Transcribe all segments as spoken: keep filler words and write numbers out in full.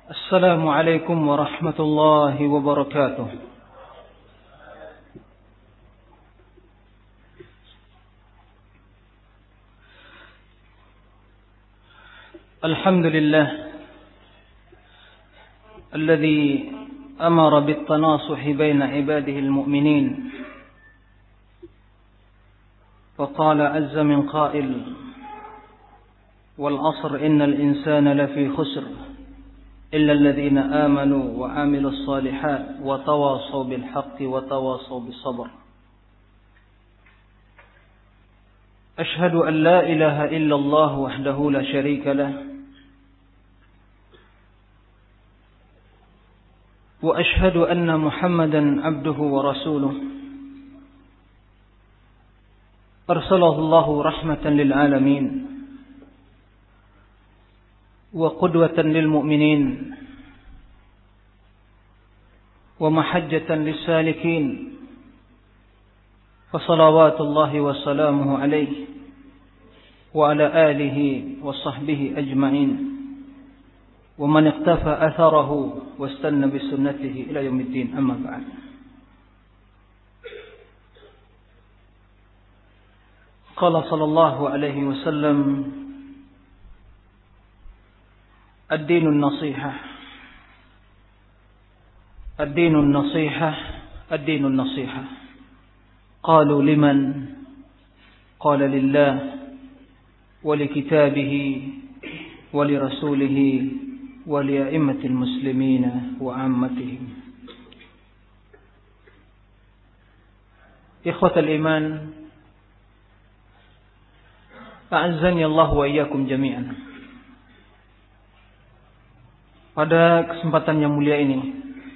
السلام عليكم ورحمة الله وبركاته. الحمد لله الذي أمر بالتناصح بين عباده المؤمنين، وقال عز من قائل: والعصر إن الإنسان لفي خسر إلا الذين آمنوا وعملوا الصالحات وتواصوا بالحق وتواصوا بالصبر. أشهد أن لا إله إلا الله وحده لا شريك له، وأشهد أن محمدا عبده ورسوله، أرسله الله رحمة للعالمين وقدوة للمؤمنين ومحجة للسالكين، فصلوات الله وسلامه عليه وعلى آله وصحبه أجمعين، ومن اقتفى أثره واستنى بسنته إلى يوم الدين. أما بعد، قال صلى الله عليه وسلم: الدين النصيحة الدين النصيحة الدين النصيحة. قالوا: لمن؟ قال: لله ولكتابه ولرسوله ولأئمة المسلمين وعامتهم. إخوة الإيمان، أعزني الله وإياكم جميعا. Pada kesempatan yang mulia ini,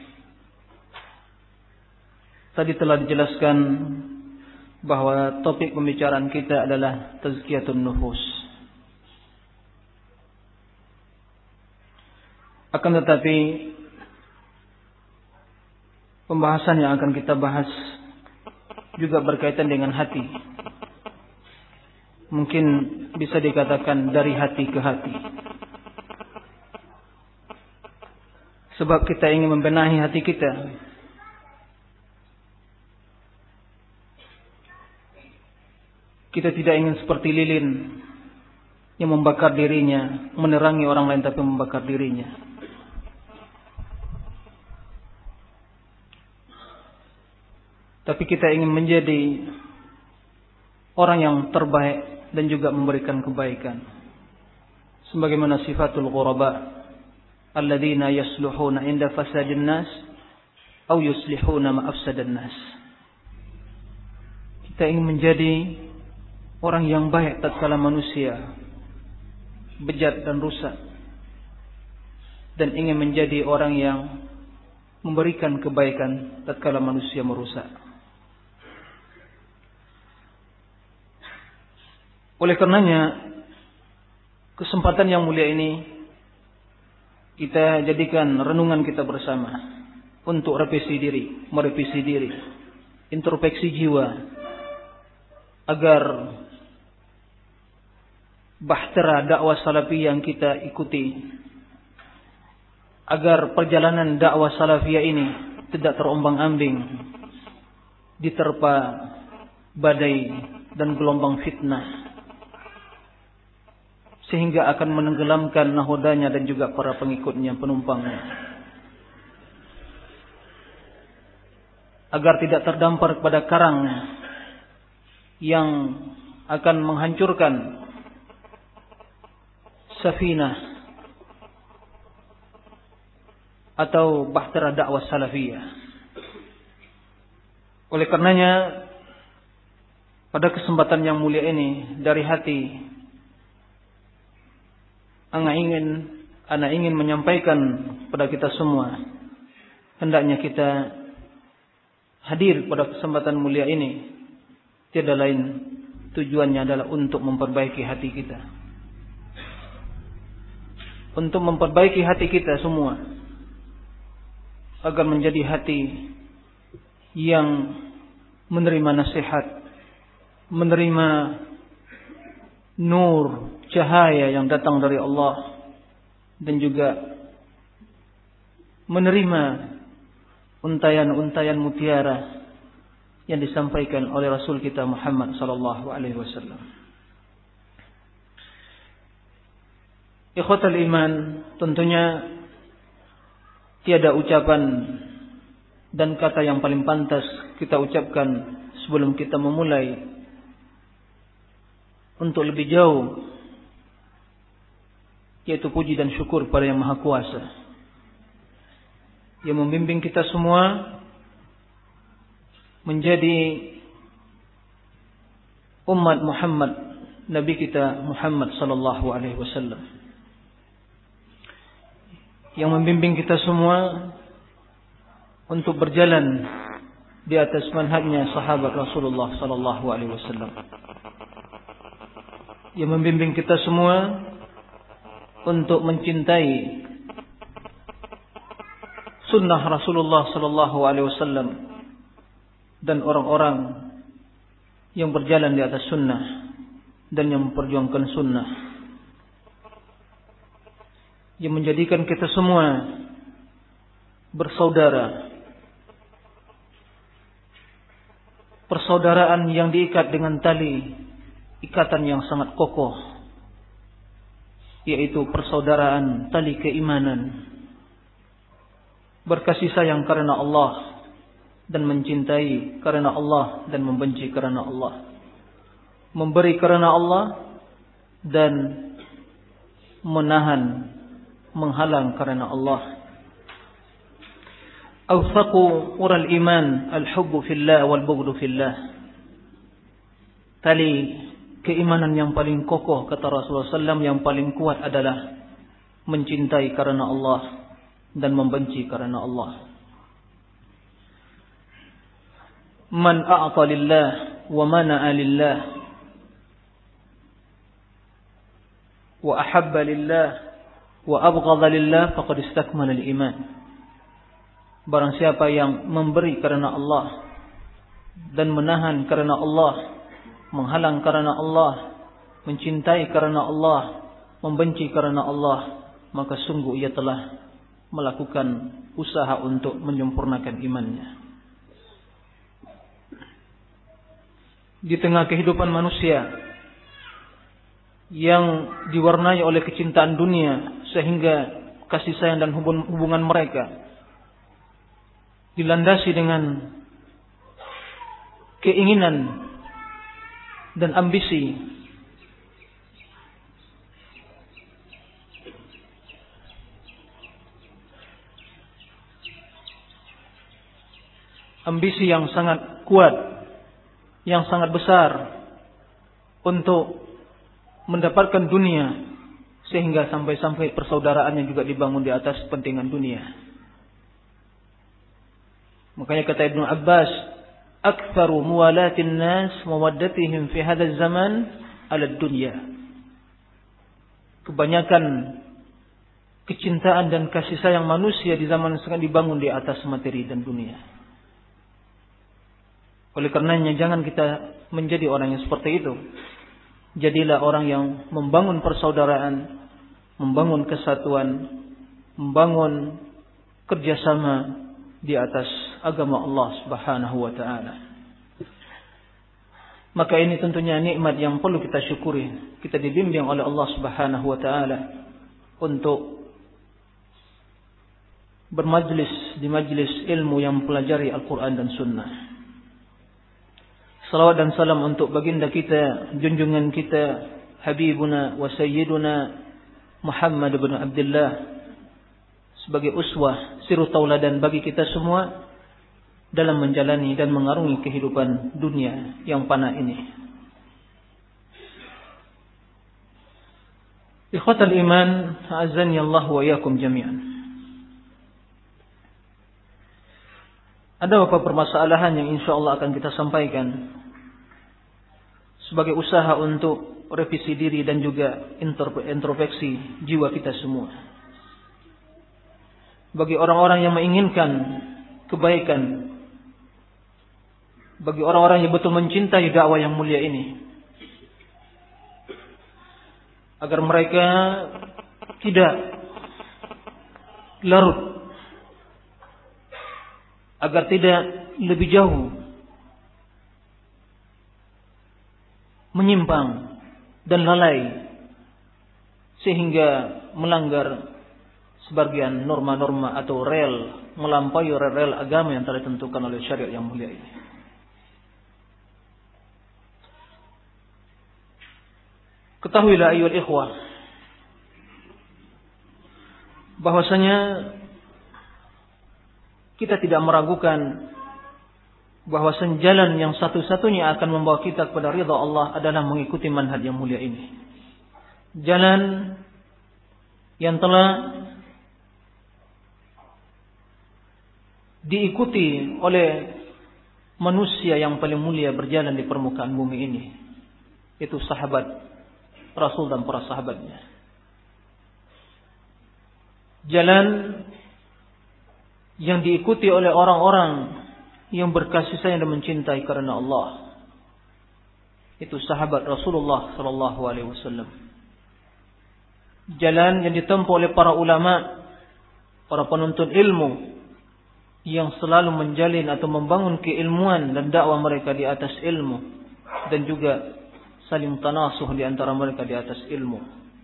tadi telah dijelaskan bahwa topik pembicaraan kita adalah tazkiyatun nufus. Akan tetapi, pembahasan yang akan kita bahas juga berkaitan dengan hati. Mungkin bisa dikatakan dari hati ke hati. Sebab kita ingin membenahi hati kita. Kita tidak ingin seperti lilin yang membakar dirinya, menerangi orang lain tapi membakar dirinya. Tapi kita ingin menjadi orang yang terbaik dan juga memberikan kebaikan. Sebagaimana sifatul ghuraba, alladzina yasluhuna inda fasadin nas au yuslihuna ma afsadan nas. Kita ingin menjadi orang yang baik tatkala manusia bejat dan rusak, dan ingin menjadi orang yang memberikan kebaikan tatkala manusia merusak. Oleh karenanya, kesempatan yang mulia ini kita jadikan renungan kita bersama untuk revisi diri, merevisi diri, introspeksi jiwa, agar bahtera dakwah salafiyah yang kita ikuti, agar perjalanan dakwah salafiyah ini tidak terombang-ambing, diterpa badai dan gelombang fitnah, sehingga akan menenggelamkan nahodanya dan juga para pengikutnya, penumpangnya, agar tidak terdampar kepada karang yang akan menghancurkan safinah atau bahtera dakwah salafiyah. Oleh karenanya, pada kesempatan yang mulia ini, dari hati Ana ingin, ana ingin menyampaikan kepada kita semua, hendaknya kita hadir pada kesempatan mulia ini, tiada lain tujuannya adalah untuk memperbaiki hati kita, untuk memperbaiki hati kita semua, agar menjadi hati yang menerima nasihat, menerima nur, cahaya yang datang dari Allah, dan juga menerima untayan-untayan mutiara yang disampaikan oleh Rasul kita Muhammad sallallahu alaihi wasallam. Ikhwatal iman, tentunya tiada ucapan dan kata yang paling pantas kita ucapkan sebelum kita memulai untuk lebih jauh, yaitu puji dan syukur pada Yang Maha Kuasa yang membimbing kita semua menjadi umat Muhammad, Nabi kita Muhammad sallallahu alaihi wasallam, yang membimbing kita semua untuk berjalan di atas manhajnya sahabat Rasulullah sallallahu alaihi wasallam, yang membimbing kita semua untuk mencintai sunnah Rasulullah sallallahu alaihi wasallam dan orang-orang yang berjalan di atas sunnah dan yang memperjuangkan sunnah, yang menjadikan kita semua bersaudara, persaudaraan yang diikat dengan tali ikatan yang sangat kokoh, yaitu persaudaraan tali keimanan, berkasih sayang karena Allah dan mencintai karena Allah dan membenci karena Allah, memberi karena Allah dan menahan, menghalang karena Allah. Awsaqu ural iman al-hubbu fillah wal bughdu fillah. Tali keimanan yang paling kokoh, kata Rasulullah sallallahu alaihi wasallam, yang paling kuat adalah mencintai karena Allah dan membenci karena Allah. Man a'ta lillah wa mana'a lillah wa ahabba lillah wa abghadha lillah faqad istakmala al-iman. Barang siapa yang memberi karena Allah dan menahan karena Allah, menghalang karena Allah, mencintai karena Allah, membenci karena Allah, maka sungguh ia telah melakukan usaha untuk menyempurnakan imannya. Di tengah kehidupan manusia yang diwarnai oleh kecintaan dunia, sehingga kasih sayang dan hubungan mereka dilandasi dengan keinginan dan ambisi, ambisi yang sangat kuat, yang sangat besar untuk mendapatkan dunia, sehingga sampai-sampai persaudaraannya juga dibangun di atas kepentingan dunia. Makanya kata Ibnu Abbas, aktsaru muwalatin nas mawaddatihim fi hadzal zaman ala dunya. Kebanyakan kecintaan dan kasih sayang manusia di zaman sekarang dibangun di atas materi dan dunia. Oleh karenanya jangan kita menjadi orang yang seperti itu. Jadilah orang yang membangun persaudaraan, membangun kesatuan, membangun kerjasama di atas agama Allah Subhanahu wa taala. Maka ini tentunya nikmat yang perlu kita syukuri. Kita dibimbing oleh Allah Subhanahu wa taala untuk bermajlis di majlis ilmu yang mempelajari Al-Qur'an dan Sunnah. Salawat dan salam untuk baginda kita, junjungan kita, Habibuna wa Sayyiduna Muhammad bin Abdullah, sebagai uswah, siru tauladan bagi kita semua dalam menjalani dan mengarungi kehidupan dunia yang fana ini. Ikhwatal iman, a'azzani Allah wa iyyakum jami'an. Ada beberapa permasalahan yang insyaallah akan kita sampaikan sebagai usaha untuk revisi diri dan juga introspeksi jiwa kita semua. Bagi orang-orang yang menginginkan kebaikan, bagi orang-orang yang betul mencintai dakwah yang mulia ini, agar mereka tidak larut agar tidak lebih jauh menyimpang dan lalai sehingga melanggar sebagian norma-norma atau rel, melampaui rel agama yang telah ditentukan oleh syariat yang mulia ini. Ketahuilah ayyuhal ikhwah, bahwasanya kita tidak meragukan bahwasanya jalan yang satu-satunya akan membawa kita kepada ridha Allah adalah mengikuti manhaj yang mulia ini. Jalan yang telah diikuti oleh manusia yang paling mulia berjalan di permukaan bumi ini, itu sahabat Rasul dan para sahabatnya. Jalan yang diikuti oleh orang-orang yang berkasih sayang dan mencintai karena Allah, itu sahabat Rasulullah sallallahu alaihi wasallam. Jalan yang ditempuh oleh para ulama, para penuntut ilmu yang selalu menjalin atau membangun keilmuan dan dakwah mereka di atas ilmu, dan juga saling tanasuh di antara mereka di atas ilmu.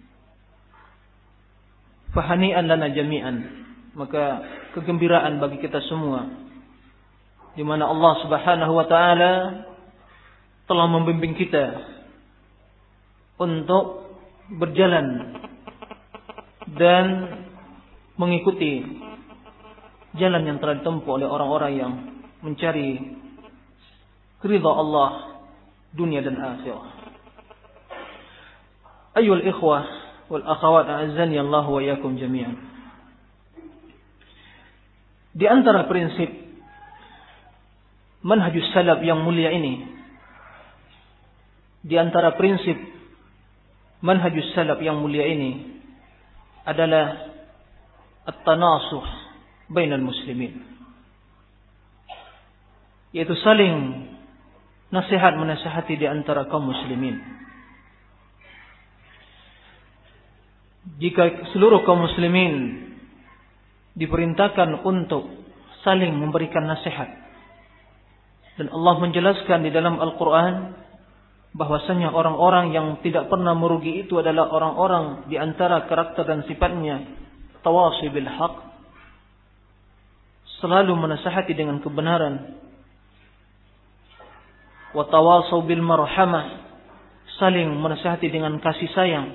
Fahani'an lana jami'an, maka kegembiraan bagi kita semua, di mana Allah Subhanahu wa taala telah membimbing kita untuk berjalan dan mengikuti jalan yang telah ditempuh oleh orang-orang yang mencari ridha Allah dunia dan akhirat. Ayyuhal ikhwah wal akhawat, a'azzani Allah wa iyyakum jami'an. Di antara prinsip manhajus salaf yang mulia ini, di antara prinsip manhajus salaf yang mulia ini adalah at-tanasuh bainal muslimin, yaitu saling nasihat menasihati di antara kaum muslimin. Jika seluruh kaum muslimin diperintahkan untuk saling memberikan nasihat, dan Allah menjelaskan di dalam Al-Quran bahwasanya orang-orang yang tidak pernah merugi itu adalah orang-orang di antara karakter dan sifatnya tawasi bil haq, selalu menasihati dengan kebenaran, wa tawasau bil marhamah, saling menasihati dengan kasih sayang.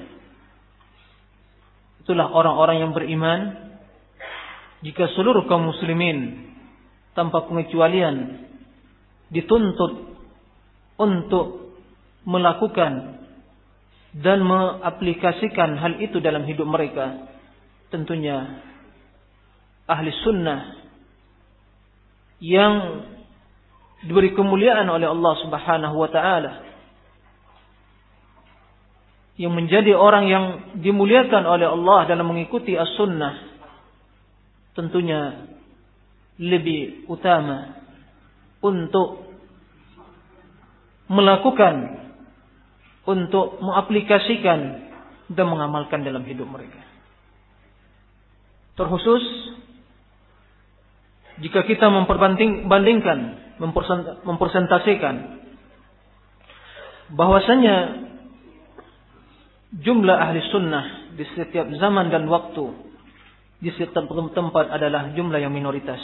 Itulah orang-orang yang beriman. Jika seluruh kaum muslimin tanpa pengecualian dituntut untuk melakukan dan mengaplikasikan hal itu dalam hidup mereka, tentunya ahli sunnah yang diberi kemuliaan oleh Allah Subhanahu wa taala, yang menjadi orang yang dimuliakan oleh Allah dalam mengikuti as-sunnah, tentunya lebih utama untuk melakukan, untuk mengaplikasikan dan mengamalkan dalam hidup mereka. Terkhusus jika kita memperbandingkan, mempresentasikan bahwasanya jumlah ahli sunnah di setiap zaman dan waktu, di setiap tempat adalah jumlah yang minoritas.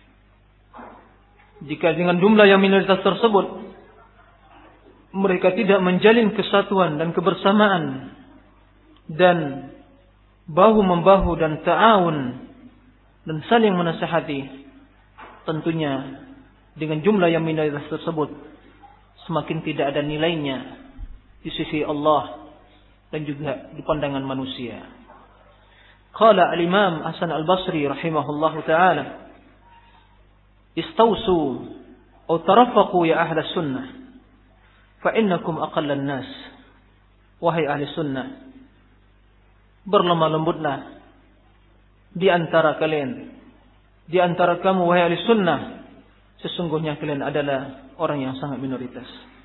Jika dengan jumlah yang minoritas tersebut mereka tidak menjalin kesatuan dan kebersamaan dan bahu-membahu dan ta'awun dan saling menasihati, tentunya dengan jumlah yang minoritas tersebut semakin tidak ada nilainya di sisi Allah dan juga di pandangan manusia. Qala al-Imam Hasan al-Basri rahimahullahu ta'ala, istawsu atau tarafaqu ya ahla sunnah fa innakum aqallan nas. Wahai ahli sunnah, berlemah lembutlah di antara kalian, di antara kamu wahai ahli sunnah, sesungguhnya kalian adalah orang yang sangat minoritas.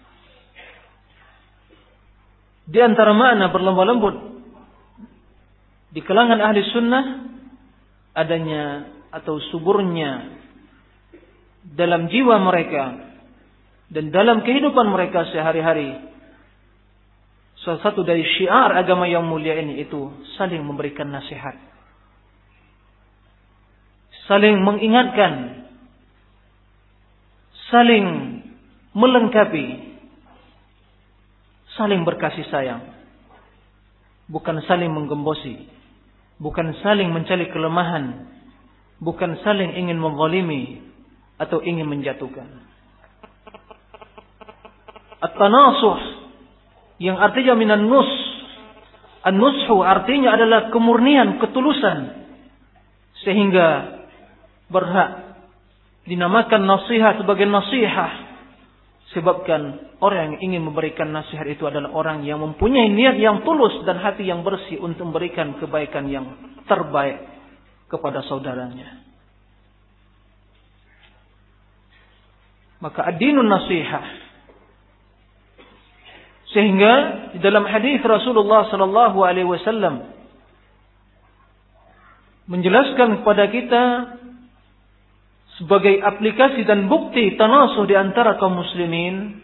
Di antara makna berlemah lembut di kalangan ahli sunnah adanya atau suburnya dalam jiwa mereka dan dalam kehidupan mereka sehari-hari. Salah satu dari syiar agama yang mulia ini itu saling memberikan nasihat, saling mengingatkan, saling melengkapi, saling berkasih sayang, bukan saling menggembosi, bukan saling mencari kelemahan, bukan saling ingin menzalimi atau ingin menjatuhkan. At-tanasuh yang artinya minan nus. An-nushu artinya adalah kemurnian, ketulusan, sehingga berhak dinamakan nasihat sebagai nasihah. Sebabkan orang yang ingin memberikan nasihat itu adalah orang yang mempunyai niat yang tulus dan hati yang bersih untuk memberikan kebaikan yang terbaik kepada saudaranya. Maka ad-dinun nasihah. Sehingga di dalam hadis Rasulullah sallallahu alaihi wasallam menjelaskan kepada kita sebagai aplikasi dan bukti tanasuh di antara kaum muslimin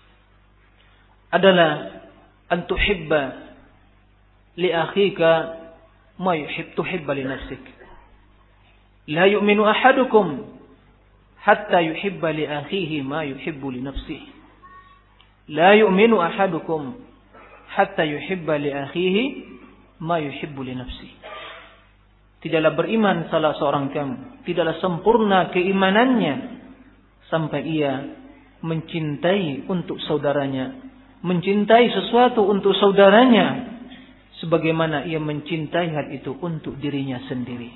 adalah an tuhibba li akhika ma yuhib tuhibba li nafsik. La yu'minu ahadukum hatta yuhibba li akhihi ma yuhibbu li nafsihi. La yu'minu ahadukum hatta yuhibba li akhihi ma yuhibbu li nafsihi. Tidaklah beriman salah seorang kamu, tidaklah sempurna keimanannya sampai ia mencintai untuk saudaranya, mencintai sesuatu untuk saudaranya sebagaimana ia mencintai hal itu untuk dirinya sendiri.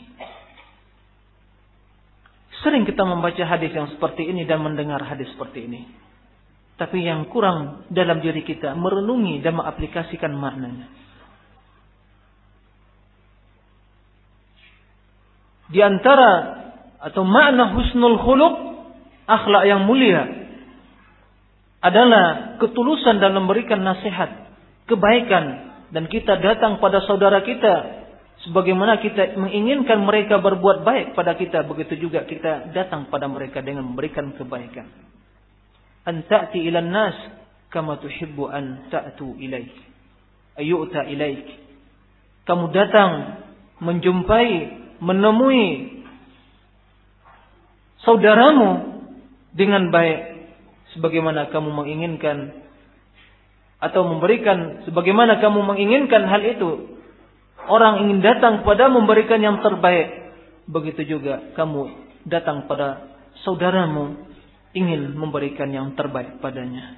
Sering kita membaca hadis yang seperti ini dan mendengar hadis seperti ini, tapi yang kurang dalam diri kita merenungi dan mengaplikasikan maknanya. Di antara atau makna husnul khuluq, akhlak yang mulia, adalah ketulusan dalam memberikan nasihat, kebaikan, dan kita datang pada saudara kita sebagaimana kita menginginkan mereka berbuat baik pada kita, begitu juga kita datang pada mereka dengan memberikan kebaikan. An ta'ti ilan nas kama tuhibbu an ta'tu ilaik, ayyu'ta ilaik. Kamu datang menjumpai, menemui saudaramu dengan baik sebagaimana kamu menginginkan atau memberikan sebagaimana kamu menginginkan hal itu. Orang ingin datang kepada memberikan yang terbaik, begitu juga kamu datang pada saudaramu ingin memberikan yang terbaik padanya.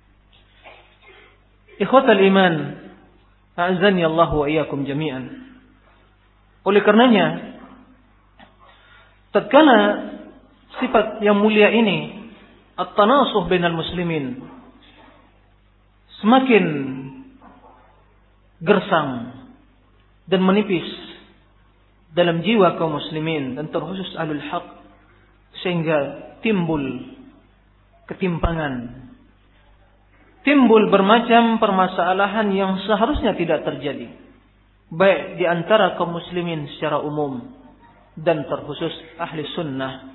Ikhwatal iman, a'azzani Allah wa iyyakum jami'an. Oleh karenanya, tatkala sifat yang mulia ini, at-tanasuh bainal muslimin, semakin gersang dan menipis dalam jiwa kaum muslimin dan terkhusus ahlul haq, sehingga timbul ketimpangan, timbul bermacam permasalahan yang seharusnya tidak terjadi, baik di antara kaum muslimin secara umum dan terkhusus ahli sunnah,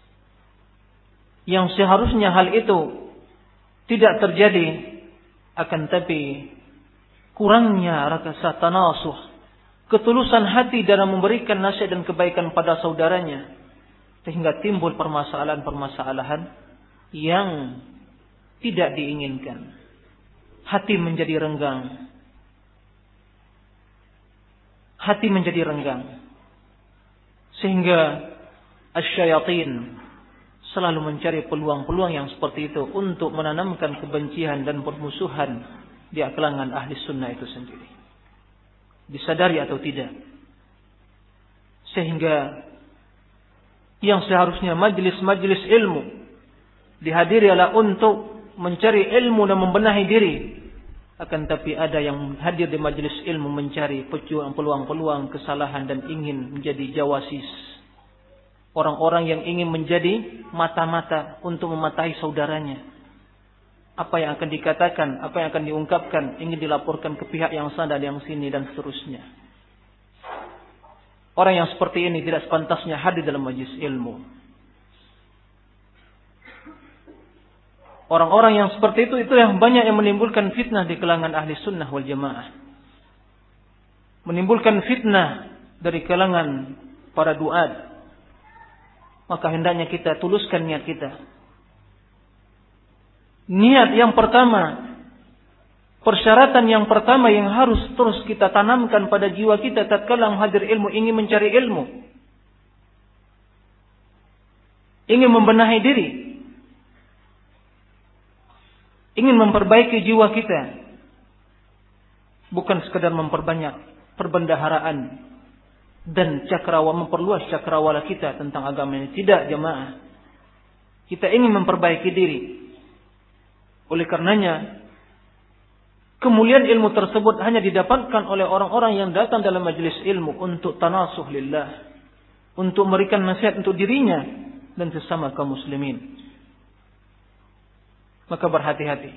yang seharusnya hal itu tidak terjadi, akan tapi kurangnya rasa tanasuh, ketulusan hati dalam memberikan nasihat dan kebaikan pada saudaranya, sehingga timbul permasalahan-permasalahan yang tidak diinginkan. Hati menjadi renggang. Hati menjadi renggang. Sehingga asyayatin selalu mencari peluang-peluang yang seperti itu untuk menanamkan kebencian dan permusuhan di kalangan ahli sunnah itu sendiri, disadari atau tidak. Sehingga yang seharusnya majlis-majlis ilmu dihadiri adalah untuk mencari ilmu dan membenahi diri, akan tapi ada yang hadir di majlis ilmu mencari peluang-peluang kesalahan dan ingin menjadi jawasis, orang-orang yang ingin menjadi mata-mata untuk mematahi saudaranya. Apa yang akan dikatakan, apa yang akan diungkapkan, ingin dilaporkan ke pihak yang sana dan yang sini dan seterusnya. Orang yang seperti ini tidak sepantasnya hadir dalam majlis ilmu. Orang-orang yang seperti itu, itu yang banyak yang menimbulkan fitnah di kalangan ahli sunnah wal jamaah. Menimbulkan fitnah dari kalangan para duat. Maka hendaknya kita tuluskan niat kita. Niat yang pertama, persyaratan yang pertama yang harus terus kita tanamkan pada jiwa kita tatkala menghadir ilmu, ingin mencari ilmu, ingin membenahi diri, ingin memperbaiki jiwa kita, bukan sekadar memperbanyak perbendaharaan dan cakrawala, memperluas cakrawala kita tentang agama ini. Tidak, jemaah. Kita ingin memperbaiki diri. Oleh karenanya, kemuliaan ilmu tersebut hanya didapatkan oleh orang-orang yang datang dalam majelis ilmu untuk tanasuh lillah, untuk memberikan nasihat untuk dirinya dan sesama kaum muslimin. Maka berhati-hati.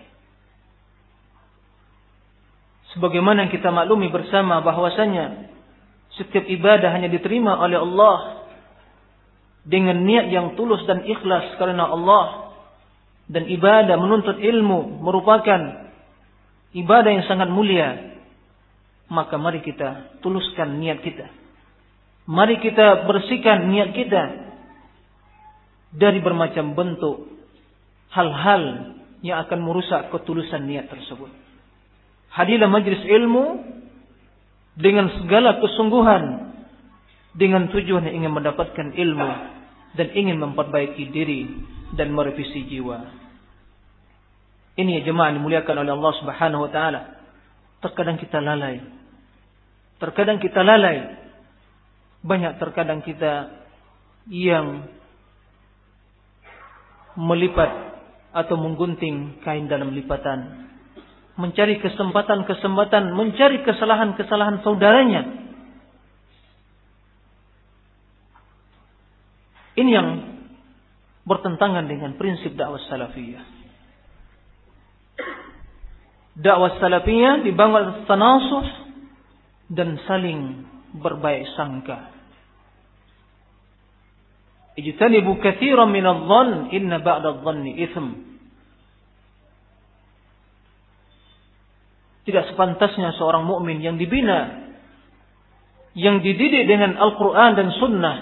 Sebagaimana kita maklumi bersama bahwasanya setiap ibadah hanya diterima oleh Allah dengan niat yang tulus dan ikhlas karena Allah. Dan ibadah menuntut ilmu merupakan ibadah yang sangat mulia. Maka mari kita tuluskan niat kita. Mari kita bersihkan niat kita dari bermacam bentuk hal-hal yang akan merusak ketulusan niat tersebut. Hadirlah majlis ilmu dengan segala kesungguhan, dengan tujuan yang ingin mendapatkan ilmu dan ingin memperbaiki diri dan merevisi jiwa. Ini ya jemaah dimuliakan oleh Allah Subhanahu wa taala. Terkadang kita lalai. Terkadang kita lalai. Banyak terkadang kita yang melipat atau menggunting kain dalam lipatan, mencari kesempatan-kesempatan, mencari kesalahan-kesalahan saudaranya. Ini yang bertentangan dengan prinsip dakwah salafiyah. Dakwah salafiyah dibangun atas tanasuh dan saling berbaik sangka. Ijtanibu katsiran minadh-dhann inna ba'da-dhanni itsm. Tidak sepantasnya seorang mukmin yang dibina, yang dididik dengan Al-Quran dan Sunnah,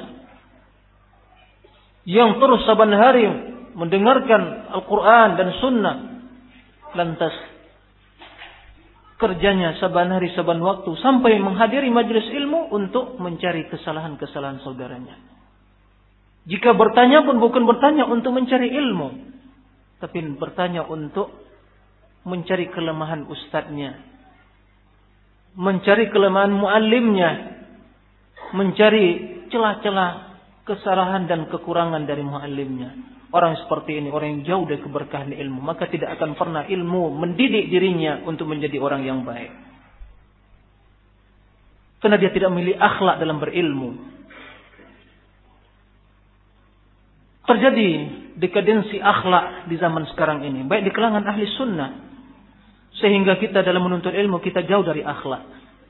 yang terus saban hari mendengarkan Al-Quran dan Sunnah, lantas kerjanya saban hari saban waktu sampai menghadiri majelis ilmu untuk mencari kesalahan-kesalahan saudaranya. Jika bertanya pun bukan bertanya untuk mencari ilmu, tapi bertanya untuk mencari kelemahan ustadznya, mencari kelemahan muallimnya, mencari celah-celah kesalahan dan kekurangan dari muallimnya. Orang seperti ini, orang yang jauh dari keberkahan ilmu, maka tidak akan pernah ilmu mendidik dirinya untuk menjadi orang yang baik. Karena dia tidak memiliki akhlak dalam berilmu. Terjadi dekadensi akhlak di zaman sekarang ini, baik di kalangan ahli sunnah, sehingga kita dalam menuntut ilmu kita jauh dari akhlak.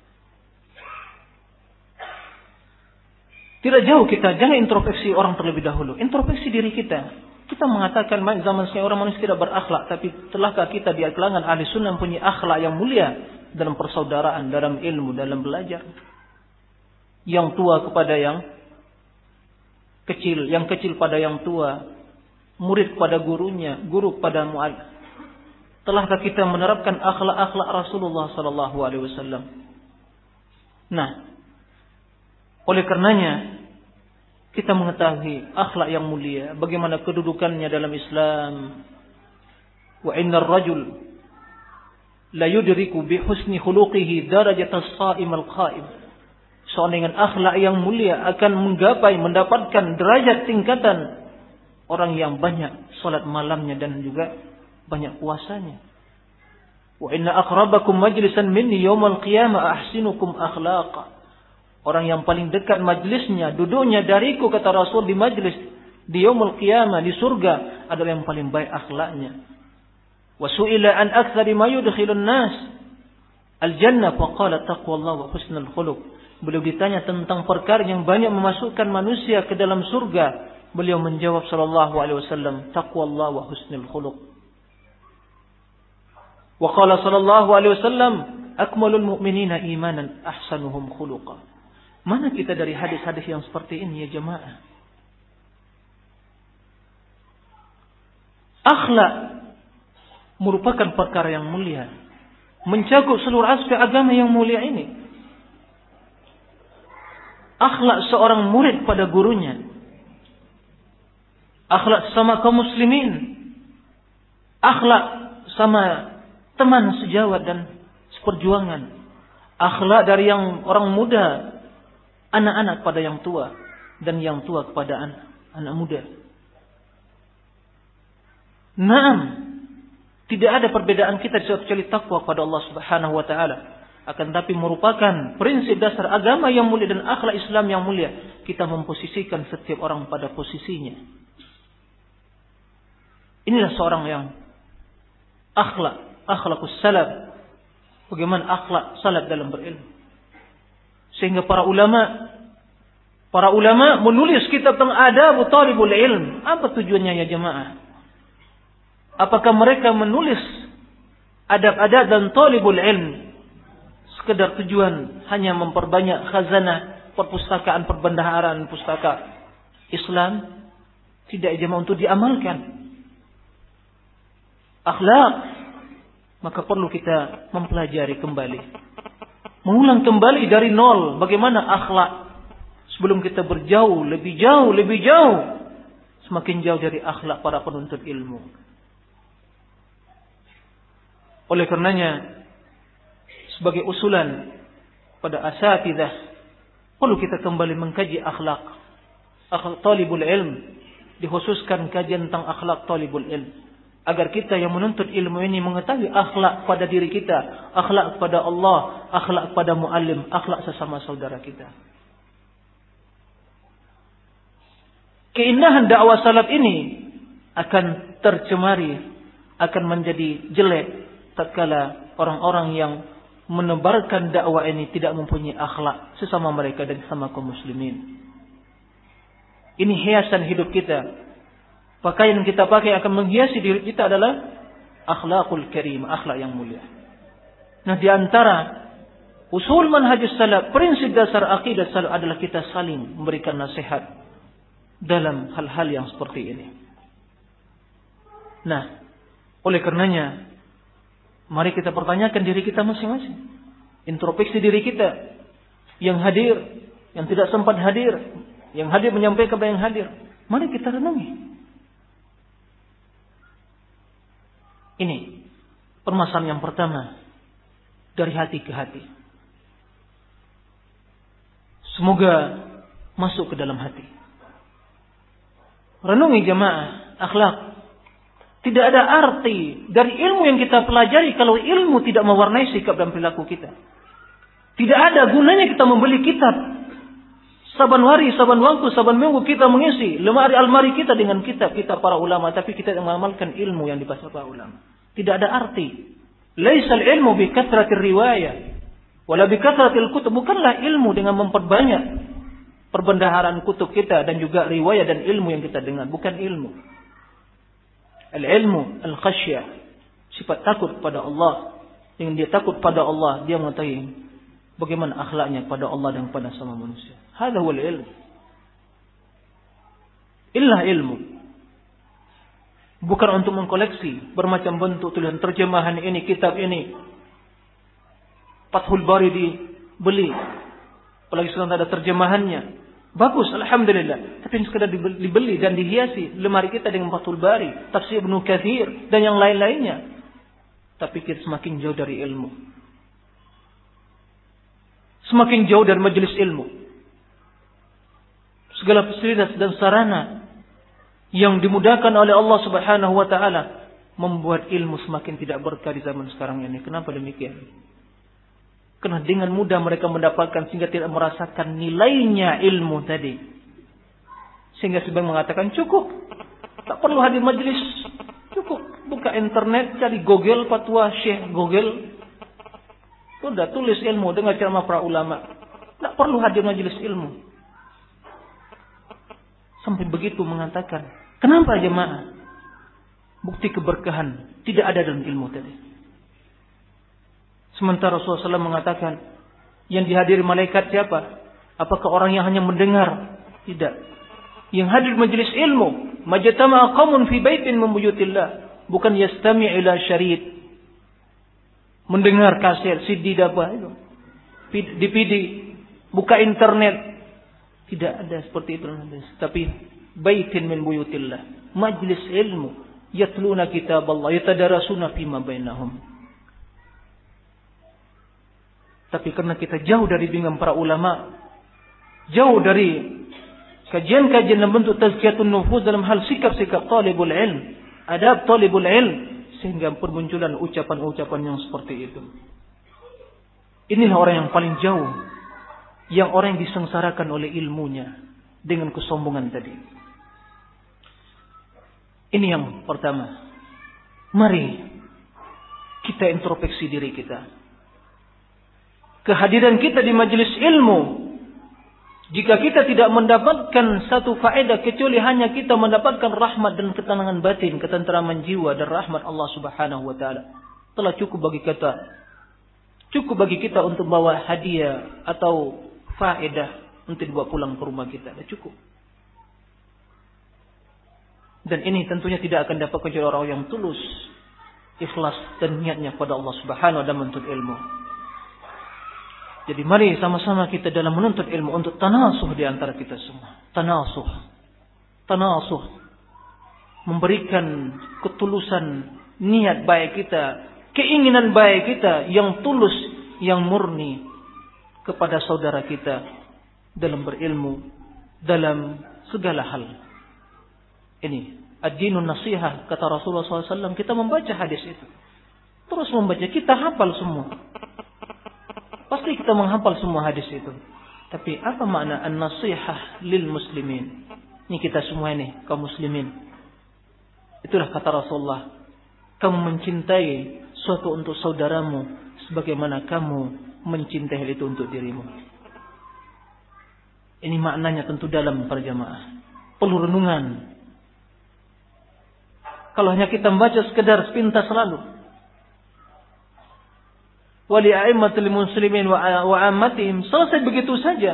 Tidak jauh kita, jangan introspeksi orang terlebih dahulu, introspeksi diri kita. Kita mengatakan zaman sekarang orang manusia tidak berakhlak, tapi telahkah kita di kalangan ahli sunnah punya akhlak yang mulia dalam persaudaraan, dalam ilmu, dalam belajar. Yang tua kepada yang kecil, yang kecil pada yang tua, murid kepada gurunya, guru kepada muallim. Telahkah kita menerapkan akhlak-akhlak Rasulullah sallallahu alaihi wasallam? Nah, oleh karenanya kita mengetahui akhlak yang mulia, bagaimana kedudukannya dalam Islam. Wa innar rajul la yudriku bi husni khuluqihi darajat as-sha'im al-qa'im. Seorang dengan akhlak yang mulia akan menggapai, mendapatkan derajat tingkatan orang yang banyak salat malamnya dan juga banyak puasanya. Wa inna aqrabakum majlisan minni yaumal qiyamah ahsinukum akhlaqa. Orang yang paling dekat majlisnya, duduknya dariku, kata Rasul, di majlis di yaumul qiyamah, di surga, adalah yang paling baik akhlaknya. Wa su'ila an aktsari ma yudkhilun nas al-jannah faqala taqwallah wa husnul khuluq. Beliau ditanya tentang perkara yang banyak memasukkan manusia ke dalam surga. Beliau menjawab sallallahu alaihi wasallam, taqwallah wa husnul khuluq. Wa qala sallallahu alaihi wasallam, akmalul mu'minina imanan ahsanuhum khuluqa. Mana kita dari hadis-hadis yang seperti ini ya jemaah? Akhlak merupakan perkara yang mulia, mencakup seluruh aspek agama yang mulia ini. Akhlak seorang murid pada gurunya, akhlak sama kaum muslimin, akhlak sama teman sejawat dan seperjuangan, akhlak dari yang orang muda, anak-anak pada yang tua, dan yang tua kepada anak, anak muda. Naam, tidak ada perbedaan kita kecuali takwa kepada Allah Subhanahu wa taala. Akan tapi merupakan prinsip dasar agama yang mulia dan akhlak Islam yang mulia. Kita memposisikan setiap orang pada posisinya. Inilah seorang yang akhlak, akhlakus salaf. Bagaimana akhlak salaf dalam berilmu. Sehingga para ulama para ulama menulis kitab tentang adab talibul ilm. Apa tujuannya ya jemaah? Apakah mereka menulis adab-adab dan talibul ilm sekedar tujuan hanya memperbanyak khazanah perpustakaan perbendaharaan pustaka Islam? Tidak, jemaah, untuk diamalkan akhlak, maka perlu kita mempelajari kembali, mengulang kembali dari nol bagaimana akhlak sebelum kita berjauh lebih jauh lebih jauh semakin jauh dari akhlak para penuntut ilmu. Oleh karenanya, sebagai usulan pada asatidzah, perlu kita kembali mengkaji akhlak. Akhlak talibul ilm, dikhususkan kajian tentang akhlak talibul ilm. Agar kita yang menuntut ilmu ini mengetahui akhlak pada diri kita, akhlak kepada Allah, akhlak kepada muallim, akhlak sesama saudara kita. Keindahan dakwah salaf ini akan tercemari, akan menjadi jelek tatkala orang-orang yang menebarkan dakwah ini tidak mempunyai akhlak sesama mereka dan sesama kaum muslimin. Ini hiasan hidup kita. Pakaian yang kita pakai akan menghiasi diri kita adalah akhlakul karim, akhlak yang mulia. Nah, di antara usul manhajus salaf, prinsip dasar akidah salaf adalah kita saling memberikan nasihat dalam hal-hal yang seperti ini. Nah, oleh karenanya, mari kita pertanyakan diri kita masing-masing. Introspeksi diri kita. Yang hadir, yang tidak sempat hadir, yang hadir menyampaikan kepada yang hadir. Mari kita renungi. Ini permasalahan yang pertama, dari hati ke hati. Semoga masuk ke dalam hati. Renungi jemaah, akhlak. Tidak ada arti dari ilmu yang kita pelajari kalau ilmu tidak mewarnai sikap dan perilaku kita. Tidak ada gunanya kita membeli kitab. Saban hari, saban waktu, saban minggu kita mengisi lemari almari kita dengan kitab-kitab para ulama, tapi kita tidak mengamalkan ilmu yang dibahas para ulama. Tidak ada arti. Laisal ilmu bi kathratir riwayah wala bi kathratil kutub. Bukanlah ilmu dengan memperbanyak perbendaharaan kutub kita dan juga riwayat dan ilmu yang kita dengar. Bukan ilmu. Al-ilmu, al-khasyah, sifat takut pada Allah. Dengan dia takut pada Allah, dia mengetahui bagaimana akhlaknya pada Allah dan pada sama manusia. Hadza huwal ilm. Illa ilmu. Bukan untuk mengkoleksi bermacam bentuk tulisan terjemahan ini, kitab ini. Fathul Bari dibeli. Apalagi sekarang ada terjemahannya. Bagus, alhamdulillah. Tapi sekadar dibeli dan dihiasi lemari kita dengan Fathul Bari, Tafsir Ibnu Katsir dan yang lain-lainnya. Tapi kita semakin jauh dari ilmu. Semakin jauh dari majelis ilmu. Segala fasilitas dan sarana yang dimudahkan oleh Allah Subhanahu wa taala membuat ilmu semakin tidak berkah di zaman sekarang ini. Kenapa demikian? Karena dengan mudah mereka mendapatkan sehingga tidak merasakan nilainya ilmu tadi. Sehingga sebagian mengatakan cukup. Tak perlu hadir majelis. Cukup. Buka internet, cari Google, fatwa Syekh Google. Sudah tulis ilmu dengan ceramah para ulama. Tak perlu hadir majelis ilmu. Sampai begitu mengatakan. Kenapa jemaah? Bukti keberkahan tidak ada dalam ilmu tadi. Sementara Rasulullah shallallahu alaihi wasallam mengatakan, yang dihadiri malaikat siapa? Apakah orang yang hanya mendengar? Tidak. Yang hadir majelis ilmu, majtama'a qaumun fi baitin min buyutillah, bukan yastami' ila syarid. Mendengar kaset, C D apa itu. D V D, buka internet. Tidak ada seperti itu. Tapi baitin min buyutillah, majlis ilmu, yatluna kitaballah, yatadarasuna fima bainahum. Tapi karena kita jauh dari bimbingan para ulama, jauh dari kajian-kajian dalam bentuk tazkiyatun nufus dalam hal sikap-sikap talibul ilm, adab talibul ilm, sehingga permunculan ucapan-ucapan yang seperti itu. Inilah orang yang paling jauh, yang orang yang disengsarakan oleh ilmunya dengan kesombongan tadi. Ini yang pertama. Mari kita introspeksi diri kita. Kehadiran kita di majelis ilmu, jika kita tidak mendapatkan satu faedah kecuali hanya kita mendapatkan rahmat dan ketenangan batin, ketenteraman jiwa dan rahmat Allah Subhanahu wa taala, telah cukup bagi kita. Cukup bagi kita untuk bawa hadiah atau faedah untuk dibawa pulang ke rumah kita. Sudah cukup. Dan ini tentunya tidak akan dapat kecuali orang yang tulus, ikhlas dan niatnya pada Allah Subhanahu wa taala dalam menuntut ilmu. Jadi mari sama-sama kita dalam menuntut ilmu untuk tanasuh di antara kita semua. Tanasuh. Tanasuh. Memberikan ketulusan niat baik kita, keinginan baik kita yang tulus, yang murni kepada saudara kita dalam berilmu, dalam segala hal. Ini ad-dinun nasihah, kata Rasulullah shallallahu alaihi wasallam. Kita membaca hadis itu, terus membaca, kita hafal semua. Pasti kita menghafal semua hadis itu. Tapi apa makna an-nasihah lil muslimin? Ini kita semua ini, kaum muslimin. Itulah kata Rasulullah. Kamu mencintai suatu untuk saudaramu sebagaimana kamu mencintai hal itu untuk dirimu. Ini maknanya tentu dalam para jamaah. Perlu renungan. Kalau hanya kita membaca sekedar sepintas lalu, wali a'immatul muslimin wa ammatihim, selesai begitu saja,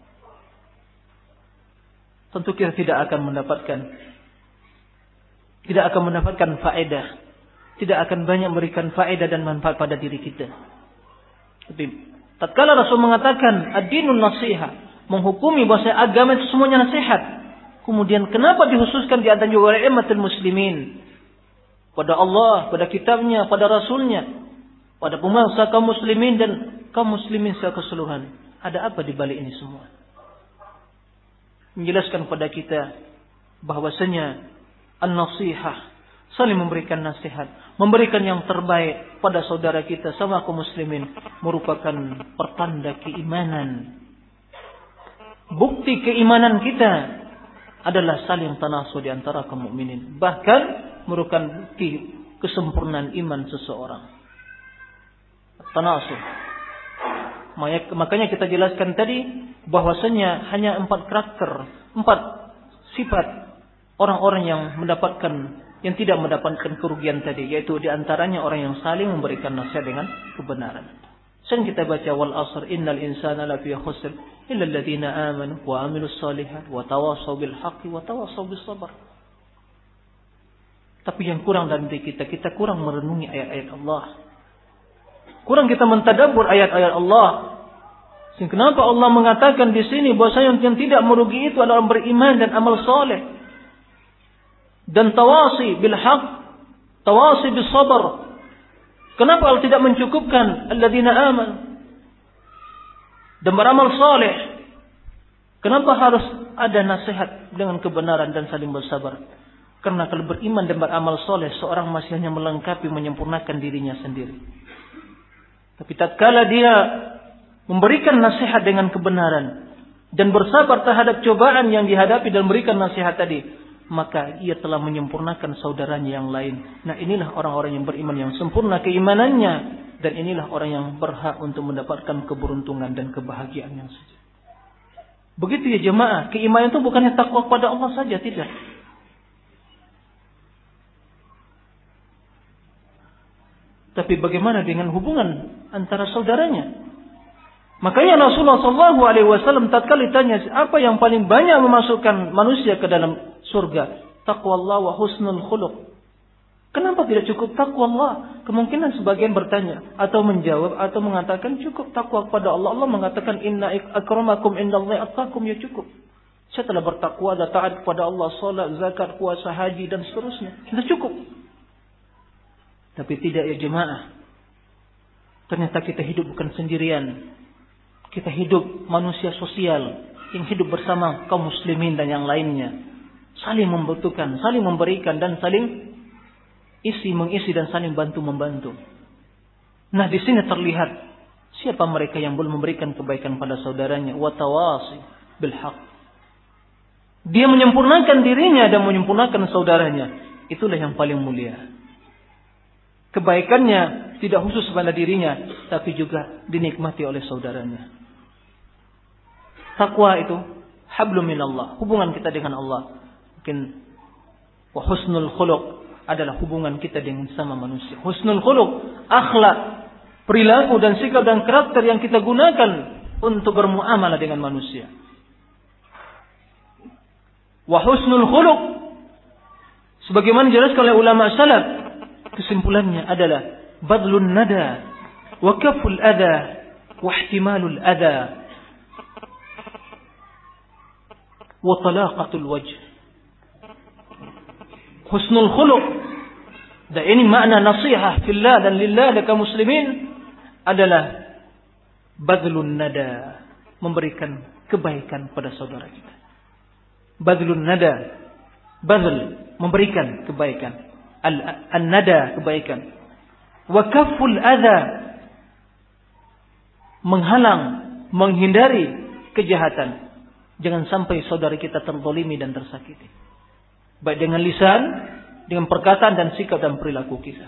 tentu kita tidak akan mendapatkan tidak akan mendapatkan faedah, tidak akan banyak memberikan faedah dan manfaat pada diri kita. Tapi tatkala Rasul mengatakan ad-dinun nasiha, menghukumi bahwa agama itu semuanya nasihat, kemudian kenapa dikhususkan di antara wali a'immatul muslimin? Pada Allah, pada kitabnya, pada Rasulnya, pada pemangsa kaum muslimin dan kaum muslimin secara keseluruhan. Ada apa di balik ini semua? Menjelaskan kepada kita bahwasanya an-nasihah, saling memberikan nasihat, memberikan yang terbaik pada saudara kita sama kaum muslimin, merupakan pertanda keimanan. Bukti keimanan kita adalah saling tanasuh di antara kaum mukminin. Bahkan merupakan bukti kesempurnaan iman seseorang. Tanasuh. Makanya kita jelaskan tadi bahwasanya hanya empat karakter, empat sifat orang-orang yang mendapatkan, yang tidak mendapatkan kerugian tadi, yaitu diantaranya orang yang saling memberikan nasihat dengan kebenaran. Dan kita baca wal asr innal insana lafi khusr illa alladziina aamanu wa 'amilus shalihat wa tawassaw bil haqqi wa tawassaw bis sabr. Tapi yang kurang dalam diri kita, kita kurang merenungi ayat-ayat Allah. Kurang kita mentadabbur ayat-ayat Allah. Sehingga kenapa Allah mengatakan di sini bahwa yang tidak merugi itu adalah orang beriman dan amal soleh dan tawasi bil haq, tawasi bis sabr. Kenapa Allah tidak mencukupkan alladzina amanu dan beramal soleh? Kenapa harus ada nasihat dengan kebenaran dan saling bersabar? Karena kalau beriman dan beramal soleh, seorang masih hanya melengkapi, menyempurnakan dirinya sendiri. Tapi tatkala dia memberikan nasihat dengan kebenaran dan bersabar terhadap cobaan yang dihadapi dan memberikan nasihat tadi, maka ia telah menyempurnakan saudaranya yang lain. Nah, inilah orang-orang yang beriman yang sempurna keimanannya, dan inilah orang yang berhak untuk mendapatkan keberuntungan dan kebahagiaan yang sejati. Begitu ya jemaah, keimanan itu bukannya takwa kepada Allah saja, tidak. Tapi bagaimana dengan hubungan antara saudaranya. Makanya Rasulullah shallallahu alaihi wasallam tatkala ditanya apa yang paling banyak memasukkan manusia ke dalam surga, taqwallah wa husnul khuluq. Kenapa tidak cukup taqwallah? Kemungkinan sebagian bertanya atau menjawab atau mengatakan cukup takwa kepada Allah. Allah mengatakan inna akramakum indallahi atqakum, ya cukup. Saya telah bertakwa dan taat kepada Allah, salat, zakat, puasa, haji dan seterusnya. Sudah cukup. Tapi tidak ya jemaah. Ternyata kita hidup bukan sendirian. Kita hidup manusia sosial yang hidup bersama kaum muslimin dan yang lainnya. Saling membutuhkan, saling memberikan dan saling isi mengisi dan saling bantu membantu. Nah, di sini terlihat siapa mereka yang belum memberikan kebaikan pada saudaranya. Wa tawasi bil haq. Dia menyempurnakan dirinya dan menyempurnakan saudaranya. Itulah yang paling mulia. Kebaikannya tidak khusus pada dirinya, tapi juga dinikmati oleh saudaranya. Takwa itu hablum minallah, hubungan kita dengan Allah. Mungkin wa husnul khuluq adalah hubungan kita dengan sama manusia. Husnul khuluq, akhlak, perilaku dan sikap dan karakter yang kita gunakan untuk bermuamalah dengan manusia. Wa husnul khuluq, sebagaimana dijelaskan oleh ulama salaf, kesimpulannya adalah badlun nada wa kaful adha wa ihtimalul adha wa talaqatul wajh. Husnul khuluq, dan ini makna nasihat fillah dan lillah dan kaum muslimin, adalah badlun nada, memberikan kebaikan pada saudara kita. Badlun nada, badl, memberikan kebaikan. Al-nada, kebaikan. Wa kafful adha, menghalang, menghindari kejahatan. Jangan sampai saudara kita terzalimi dan tersakiti. Baik dengan lisan, dengan perkataan dan sikap dan perilaku kita.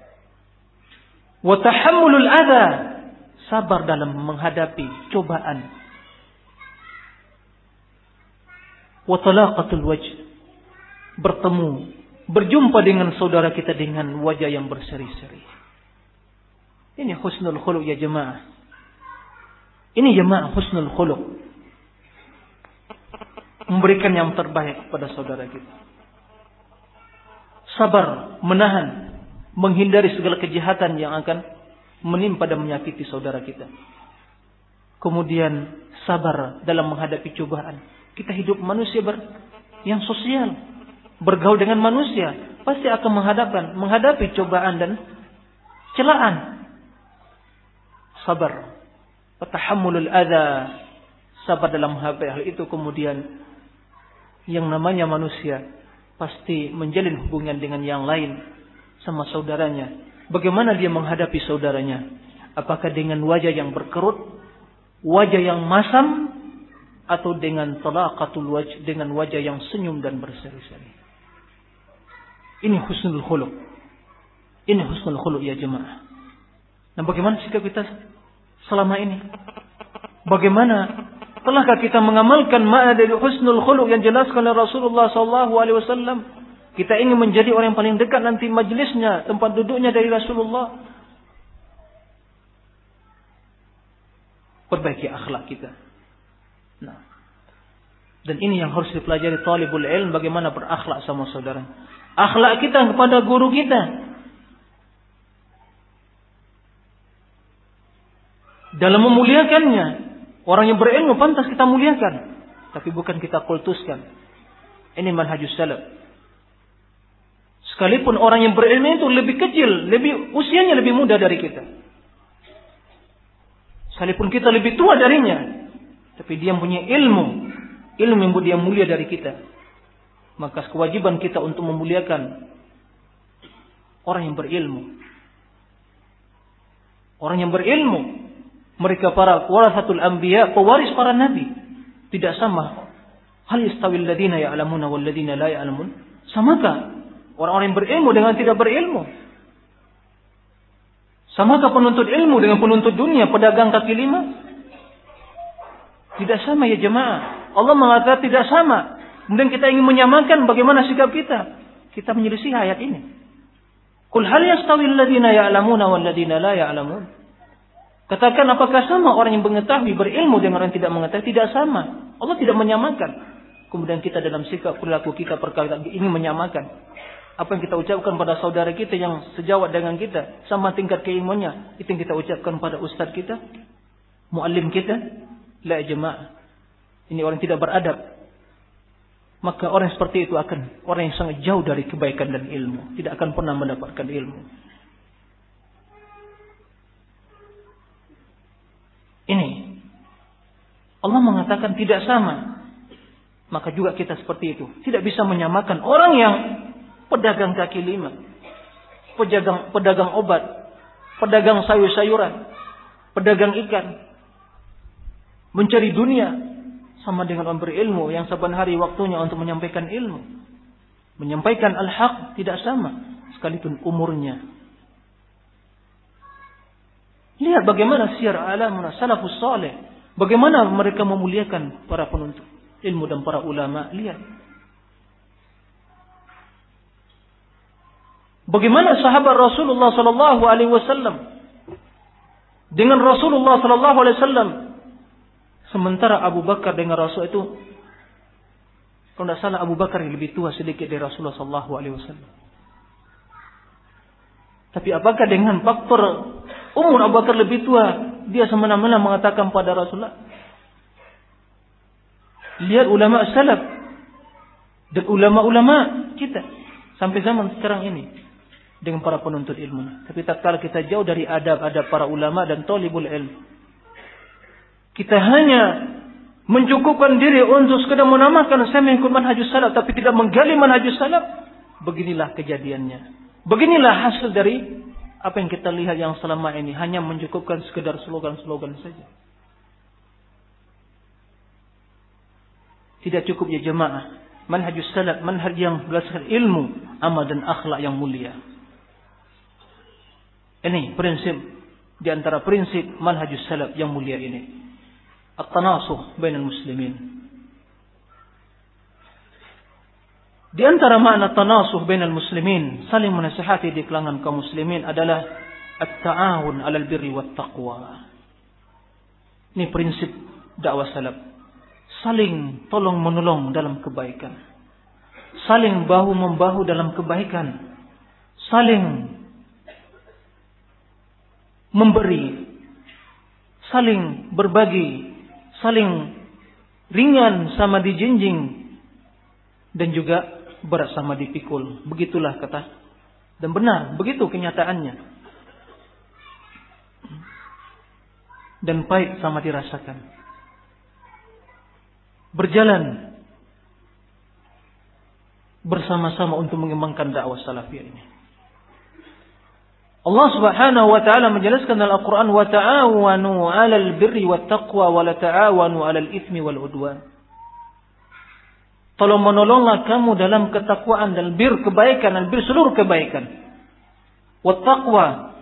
Wa tahammulul adha, sabar dalam menghadapi cobaan. Wa talaqatul wajh, bertemu, berjumpa dengan saudara kita dengan wajah yang berseri-seri. Ini husnul khuluq ya jemaah. Ini jemaah husnul khuluq. Memberikan yang terbaik kepada saudara kita. Sabar, menahan, menghindari segala kejahatan yang akan menimpa dan menyakiti saudara kita. Kemudian sabar dalam menghadapi cobaan. Kita hidup manusia ber, yang sosial, bergaul dengan manusia, pasti akan menghadapkan, menghadapi cobaan dan celaan. Sabar, tahammulul adza, sabar dalam menghadapi hal itu. Kemudian yang namanya manusia pasti menjalin hubungan dengan yang lain sama saudaranya. Bagaimana dia menghadapi saudaranya? Apakah dengan wajah yang berkerut, wajah yang masam, atau dengan talaqatul wajh, dengan wajah yang senyum dan berseri-seri? Ini husnul khuluq. Ini husnul khuluq ya jemaah. Nah, bagaimana sikap kita selama ini? Bagaimana telahkah kita mengamalkan makna dari husnul khuluq yang jelaskan oleh Rasulullah sallallahu alaihi wasallam? Kita ingin menjadi orang yang paling dekat nanti majelisnya, tempat duduknya dari Rasulullah. Perbaiki akhlak kita. Nah, dan ini yang harus dipelajari talibul ilm, bagaimana berakhlak sama saudara. Akhlak kita kepada guru kita. Dalam memuliakannya, orang yang berilmu pantas kita muliakan, tapi bukan kita kultuskan. Ini manhajus salaf. Sekalipun orang yang berilmu itu lebih kecil, lebih usianya lebih muda dari kita. Sekalipun kita lebih tua darinya, tapi dia punya ilmu, ilmu yang dia mulia dari kita. Maka kewajiban kita untuk memuliakan orang yang berilmu. Orang yang berilmu, mereka para warasatul anbiya, pewaris para nabi. Tidak sama. Hal yastawil ladina ya'lamuna wal ladina la ya'lamun? Samakah orang-orang yang berilmu dengan tidak berilmu? Samakah penuntut ilmu dengan penuntut dunia, pedagang kaki lima? Tidak sama ya jemaah. Allah mengatakan tidak sama. Kemudian kita ingin menyamakan, bagaimana sikap kita? Kita menyelisih ayat ini. Qul hal yastawil ladina ya'lamuna wal ladina la ya'lamun? Katakan apakah sama orang yang mengetahui berilmu dengan orang yang tidak mengetahui? Tidak sama. Allah tidak menyamakan. Kemudian kita dalam sikap perilaku kita perkara ini menyamakan. Apa yang kita ucapkan pada saudara kita yang sejawat dengan kita, sama tingkat keilmuannya, itu yang kita ucapkan pada ustaz kita, muallim kita. La jemaah. Ini orang tidak beradab. Maka orang seperti itu akan orang yang sangat jauh dari kebaikan dan ilmu, tidak akan pernah mendapatkan ilmu. Ini Allah mengatakan tidak sama. Maka juga kita seperti itu, tidak bisa menyamakan orang yang pedagang kaki lima, pedagang pedagang obat, pedagang sayur-sayuran, pedagang ikan, mencari dunia, sama dengan orang berilmu yang saban hari waktunya untuk menyampaikan ilmu, menyampaikan al-haq, tidak sama sekalipun umurnya. Lihat bagaimana syiar alamuna salafus saleh, bagaimana mereka memuliakan para penuntut ilmu dan para ulama. Lihat bagaimana sahabat Rasulullah sallallahu alaihi wasallam dengan Rasulullah sallallahu alaihi wasallam, sementara Abu Bakar dengan Rasul itu, kalau tidak salah Abu Bakar yang lebih tua sedikit dari Rasulullah sallallahu alaihi wasallam. Tapi apakah dengan faktor umur Abu Bakar lebih tua, dia semena-mena mengatakan pada Rasulullah? Lihat ulama salaf dan ulama-ulama kita sampai zaman sekarang ini dengan para penuntut ilmu. Tapi tak kala kita jauh dari adab-adab para ulama dan talibul ilm, kita hanya mencukupkan diri untuk sekedar menamakan saya mengikut manhajus salaf, tapi tidak menggali manhajus salaf. Beginilah kejadiannya. Beginilah hasil dari apa yang kita lihat yang selama ini, hanya mencukupkan sekedar slogan-slogan saja. Tidak cukup ya jemaah. Manhajus salaf, manhaj yang berdasarkan ilmu, amal dan akhlak yang mulia. Ini prinsip di antara prinsip manhajus salaf yang mulia ini. At-tanasuh bainal muslimin. Di antara makna tanasuh bainal muslimin, saling menasihati di kalangan kaum muslimin, adalah at-ta'awun 'alal birri wat taqwa. Ini prinsip dakwah salaf. Saling tolong menolong dalam kebaikan. Saling bahu membahu dalam kebaikan. Saling memberi. Saling berbagi. Saling ringan sama dijinjing. Dan juga berat sama dipikul. Begitulah kata. Dan benar, begitu kenyataannya. Dan pahit sama dirasakan. Berjalan bersama-sama untuk mengembangkan dakwah salafiyah ini. Allah Subhanahu wa taala menjelaskan dalam Al-Qur'an, wa ta'awanu 'alal birri wat taqwa wa la ta'awanu 'alal itsmi wal 'udwan. Tolong menolonglah kamu dalam ketakwaan dan bir kebaikan dan bir seluruh kebaikan. Wat taqwa.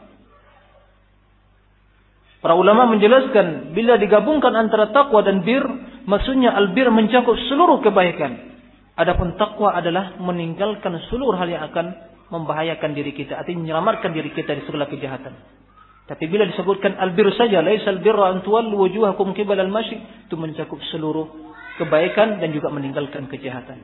Para ulama menjelaskan bila digabungkan antara takwa dan bir, maksudnya al-bir mencakup seluruh kebaikan. Adapun takwa adalah meninggalkan seluruh hal yang akan membahayakan diri kita, artinya menyelamatkan diri kita dari segala kejahatan. Tapi bila disebutkan al-bir saja, laisal birra an tuwallu wujuhakum qibala al-masyriq, itu mencakup seluruh kebaikan dan juga meninggalkan kejahatan.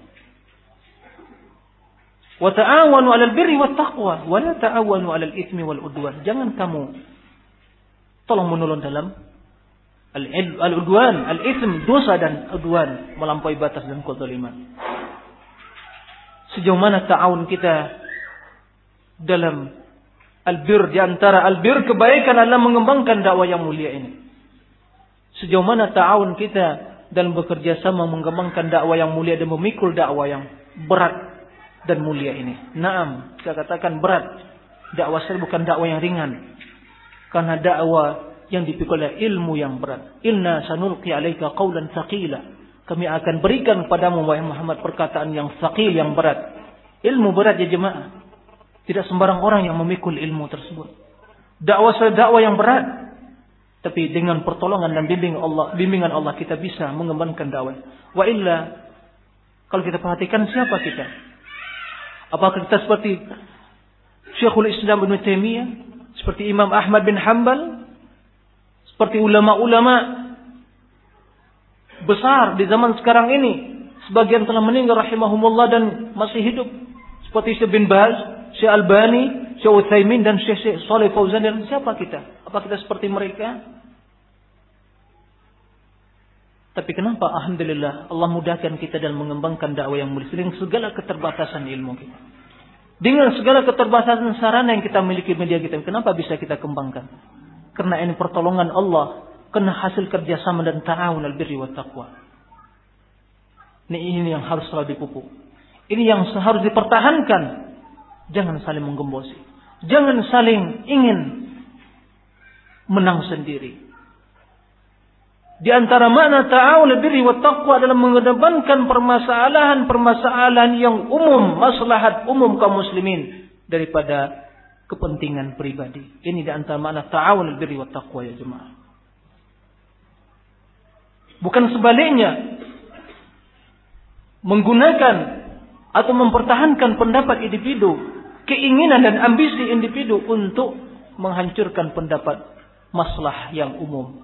Wa ta'awanu 'alal birri wat taqwa wa la ta'awanu 'alal itsmi wal 'udwan. Jangan kamu tolong menolong dalam al-udwan, al-itsm, dosa dan udwan, melampaui batas dan kezaliman. Sejauh mana ta'awun kita dalam al-bir, di antara al-bir kebaikan adalah mengembangkan dakwah yang mulia ini. Sejauh mana ta'awun kita dalam bekerja sama mengembangkan dakwah yang mulia dan memikul dakwah yang berat dan mulia ini. Naam, saya katakan berat. Dakwah saya bukan dakwah yang ringan. Karena dakwah yang dipikul oleh ilmu yang berat. Inna sanulqi 'alaika qawlan tsaqila. Kami akan berikan kepadamu wahai Muhammad perkataan yang tsaqil, yang berat. Ilmu berat ya jemaah. Tidak sembarang orang yang memikul ilmu tersebut. Dakwah saya dakwah yang berat. Tapi dengan pertolongan dan bimbingan Allah, bimbingan Allah kita bisa mengembangkan dakwah. Wa illa, kalau kita perhatikan siapa kita? Apakah kita seperti Syekhul Islam Ibnu Taimiyah, seperti Imam Ahmad bin Hanbal, Seperti ulama-ulama besar di zaman sekarang ini, sebagian telah meninggal rahimahumullah dan masih hidup, seperti Syekh bin Baz, Syekh Albani, Syekh Utsaimin dan Syekh Syekh Shalih Fauzan. Dan siapa kita? Apa kita seperti mereka? Tapi kenapa alhamdulillah Allah mudahkan kita dalam mengembangkan dakwah yang mulia dengan segala keterbatasan ilmu kita. Dengan segala keterbatasan sarana yang kita miliki, media kita, kenapa bisa kita kembangkan? Karena ini pertolongan Allah, karena hasil kerjasama dan ta'awun al-birri wa taqwa. Ini, ini yang harus selalu dipupuk. Ini yang harus dipertahankan. Jangan saling menggembosi. Jangan saling ingin menang sendiri. Di antara makna ta'awun al-birri wa taqwa adalah mengedepankan permasalahan-permasalahan yang umum, maslahat umum kaum muslimin daripada kepentingan pribadi. Ini di antara makna ta'awun al-birri wa taqwa ya jemaah. Bukan sebaliknya, menggunakan atau mempertahankan pendapat individu, keinginan dan ambisi individu untuk menghancurkan pendapat maslah yang umum.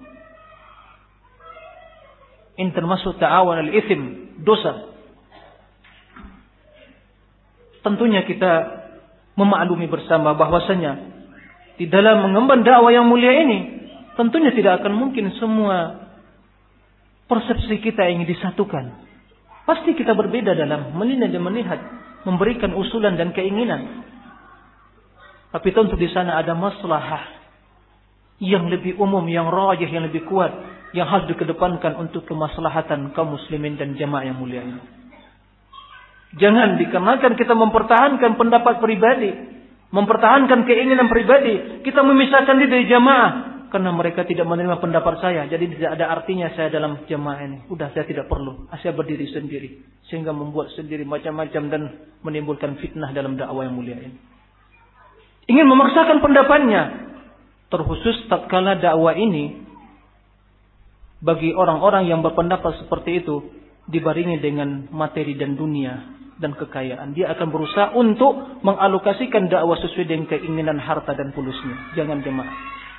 Ini termasuk ta'awun al-ithim, dosa. Tentunya kita memaklumi bersama bahwasanya di dalam mengemban dakwah yang mulia ini tentunya tidak akan mungkin semua persepsi kita ingin disatukan. Pasti kita berbeda dalam menilai dan melihat, memberikan usulan dan keinginan. Tapi tentu di sana ada maslahah yang lebih umum, yang rajih, yang lebih kuat, yang harus dikedepankan untuk kemaslahatan kaum muslimin dan jamaah yang mulia ini. Jangan dikarenakan kita mempertahankan pendapat pribadi, mempertahankan keinginan pribadi, kita memisahkan diri dari jamaah karena mereka tidak menerima pendapat saya, jadi tidak ada artinya saya dalam jamaah ini. Udah, saya tidak perlu, saya berdiri sendiri, sehingga membuat sendiri macam-macam dan menimbulkan fitnah dalam dakwah yang mulia ini. Ingin memaksakan pendapatnya, terkhusus tatkala dakwah ini bagi orang-orang yang berpendapat seperti itu dibaringi dengan materi dan dunia dan kekayaan, dia akan berusaha untuk mengalokasikan dakwah sesuai dengan keinginan harta dan fulusnya. Jangan jemaah.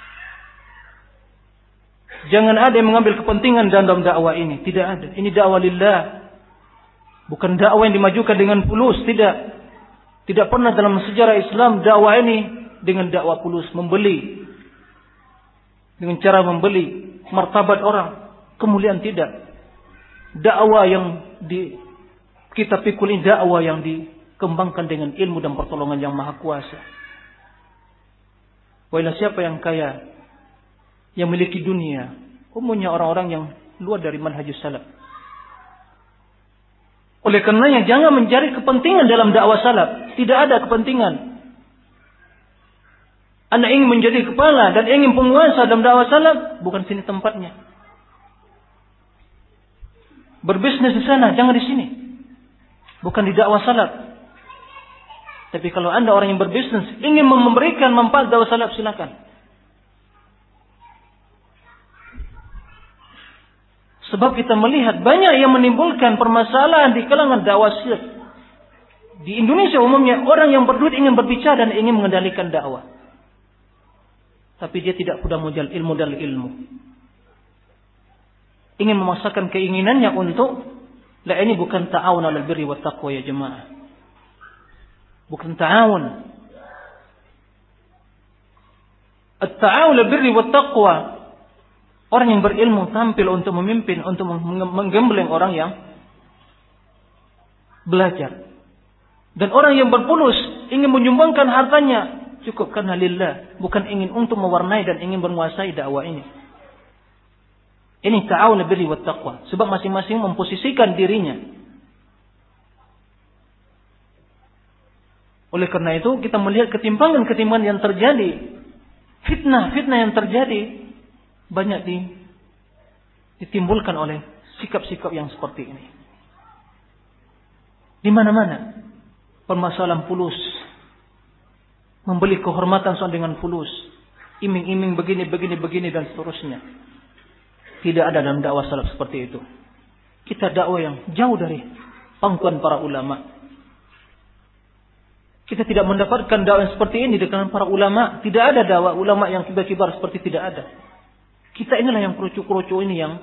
Jangan ada yang mengambil kepentingan dalam dakwah ini. Tidak ada. Ini dakwah lillah. Bukan dakwah yang dimajukan dengan fulus. Tidak. Tidak pernah dalam sejarah Islam dakwah ini dengan dakwah fulus, membeli dengan cara membeli martabat orang, kemuliaan. Tidak. Dakwah yang di kita pikul ini dakwah yang dikembangkan dengan ilmu dan pertolongan yang maha kuasa. Wailah siapa yang kaya, yang memiliki dunia, umumnya orang-orang yang luar dari manhajus salaf. Oleh karenanya jangan mencari kepentingan dalam dakwah salaf. Tidak ada kepentingan. Anda ingin menjadi kepala dan ingin penguasa dalam dakwah salaf, bukan sini tempatnya. Berbisnis di sana, jangan di sini. Bukan di dakwah salaf. Tapi kalau Anda orang yang berbisnis, ingin memberikan manfaat dakwah salaf, silakan. Sebab kita melihat banyak yang menimbulkan permasalahan di kalangan dakwah salaf. Di Indonesia umumnya orang yang berduit ingin berbicara dan ingin mengendalikan dakwah. Tapi dia tidak punya modal ilmu dan ilmu. Ingin memaksakan keinginannya untuk, lah ini bukan ta'awun 'alal birri wat taqwa ya jemaah. Bukan ta'awun. At-ta'awun 'alal birri wat taqwa, orang yang berilmu tampil untuk memimpin, untuk menggembleng orang yang belajar. Dan orang yang berpulus ingin menyumbangkan hartanya cukup karena lillah, bukan ingin untuk mewarnai dan ingin menguasai dakwah ini. Ini ta'awun 'alal birri wat taqwa, sebab masing-masing memposisikan dirinya. Oleh karena itu kita melihat ketimpangan-ketimpangan yang terjadi, fitnah-fitnah yang terjadi banyak di, ditimbulkan oleh sikap-sikap yang seperti ini. Di mana-mana permasalahan fulus, membeli kehormatan soal dengan fulus, iming-iming begini, begini, begini dan seterusnya. Tidak ada dalam dakwah salaf seperti itu. Kita dakwah yang jauh dari pangkuan para ulama. Kita tidak mendapatkan dakwah yang seperti ini dengan para ulama. Tidak ada dakwah ulama yang kibar-kibar seperti tidak ada. Kita inilah yang kerucu-kerucu ini yang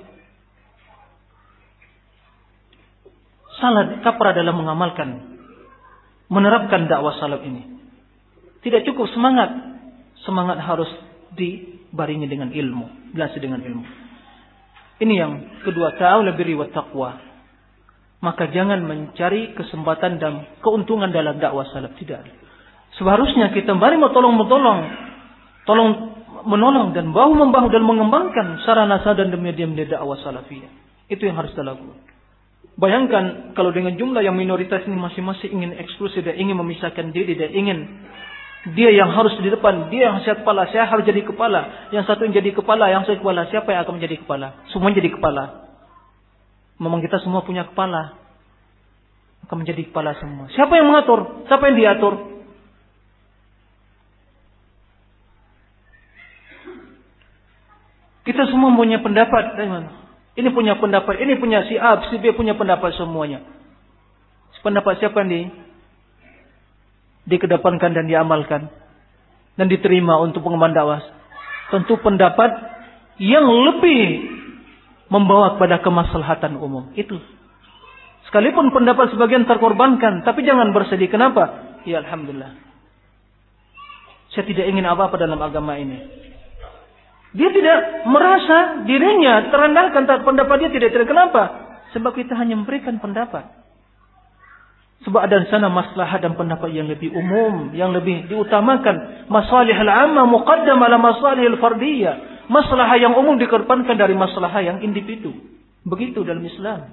salah kaprah dalam mengamalkan, menerapkan dakwah salaf ini. Tidak cukup semangat. Semangat harus dibaringi dengan ilmu, dilasi dengan ilmu. Ini yang kedua, ta'awul birri wat taqwa. Maka jangan mencari kesempatan dan keuntungan dalam dakwah salaf, tidak. Seharusnya kita mari tolong-menolong, tolong menolong dan bahu-membahu dan mengembangkan sarana dan media-media dakwah salafiyah. Itu yang harus dilakukan. Bayangkan kalau dengan jumlah yang minoritas ini masing-masing ingin eksklusif dan ingin memisahkan diri dan ingin dia yang harus di depan, dia yang saya kepala, saya harus jadi kepala. Yang satu yang jadi kepala, yang saya kepala, siapa yang akan menjadi kepala? Semua jadi kepala. Memang kita semua punya kepala. Akan menjadi kepala semua. Siapa yang mengatur? Siapa yang diatur? Kita semua punya pendapat. Ini punya pendapat, ini punya si A, si B punya pendapat semuanya. Pendapat siapa yang di dikedepankan dan diamalkan dan diterima untuk pengemban dakwah? Tentu pendapat yang lebih membawa kepada kemaslahatan umum. Itu. Sekalipun pendapat sebagian terkorbankan, tapi jangan bersedih. Kenapa? Ya alhamdulillah. Saya tidak ingin apa-apa dalam agama ini. Dia tidak merasa dirinya terendahkan, pendapat dia tidak tidak. Kenapa? Sebab kita hanya memberikan pendapat. Sebab ada di sana maslahat dan pendapat yang lebih umum, yang lebih diutamakan. Masalihul amma muqaddam ala masalihil fardiyah. Masalah yang umum dikedepankan dari masalah yang individu. Begitu dalam Islam.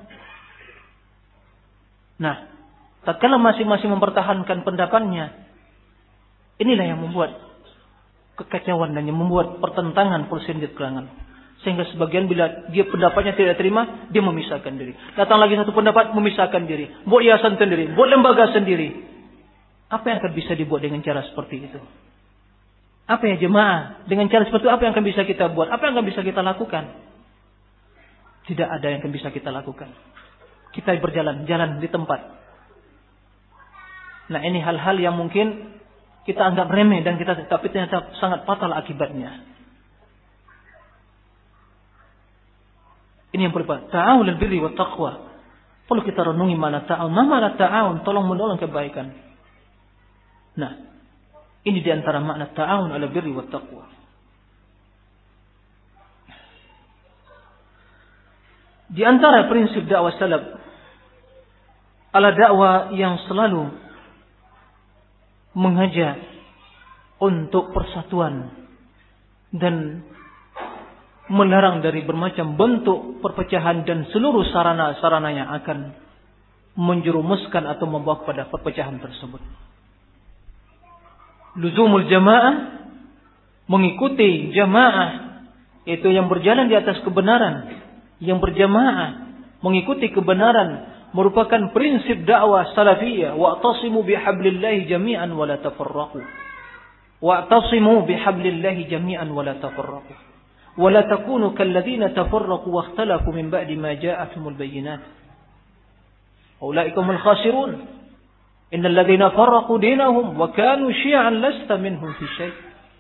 Nah, tatkala masing-masing mempertahankan pendapatnya, inilah yang membuat kekacauan dan yang membuat pertentangan perselisihan kelangan. Sehingga sebagian bila dia pendapatnya tidak terima, dia memisahkan diri. Datang lagi satu pendapat, memisahkan diri. Buat yayasan sendiri, buat lembaga sendiri. Apa yang akan bisa dibuat dengan cara seperti itu? Apa ya jemaah? Dengan cara seperti itu apa yang akan bisa kita buat? Apa yang akan bisa kita lakukan? Tidak ada yang akan bisa kita lakukan. Kita berjalan, jalan di tempat. Nah ini hal-hal yang mungkin kita anggap remeh dan kita tapi ternyata sangat fatal akibatnya. Ini yang perlu. Ta'awul birri wat taqwa. Perlu kita renungi mana ta'awun, mana ta'awun, tolong menolong kebaikan. Nah, ini di antara makna ta'awun ala birri wat taqwa. Di antara prinsip dakwah salaf adalah dakwah yang selalu mengajak untuk persatuan dan melarang dari bermacam bentuk perpecahan dan seluruh sarana-sarana yang akan menjerumuskan atau membawa kepada perpecahan tersebut. Luzumul jamaah, mengikuti jamaah, itu yang berjalan di atas kebenaran, yang berjamaah, mengikuti kebenaran, merupakan prinsip dakwah salafiyah. Wa'tasimu bihablillahi jami'an wa la tafarraqu. Wa'tasimu bihablillahi jami'an wa la tafarraqu. ولا تكونوا كالذين تفرقوا واختلفوا من بعد ما جاءتهم البينات أولئك هم الخاسرون إن الذين فرقوا دينهم وكانوا شيعا لست منهم في شيء.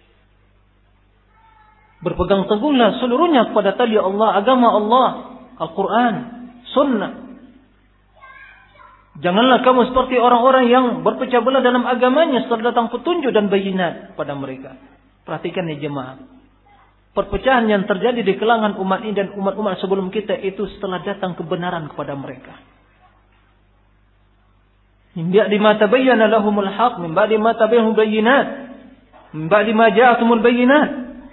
Berpegang teguhlah seluruhnya kepada tali Allah, agama Allah, Al-Quran, Sunnah. Janganlah kamu seperti orang-orang yang berpecah belah dalam agamanya setelah datang petunjuk dan bayinat pada mereka. Perhatikan ya jemaah. Perpecahan yang terjadi di kalangan umat ini dan umat-umat sebelum kita itu setelah datang kebenaran kepada mereka. Min ba'di ma tabayyana lahumul haqq, min ba'di ma tabayyana bayyinat, min ba'di ma ja'atumul bayyinat.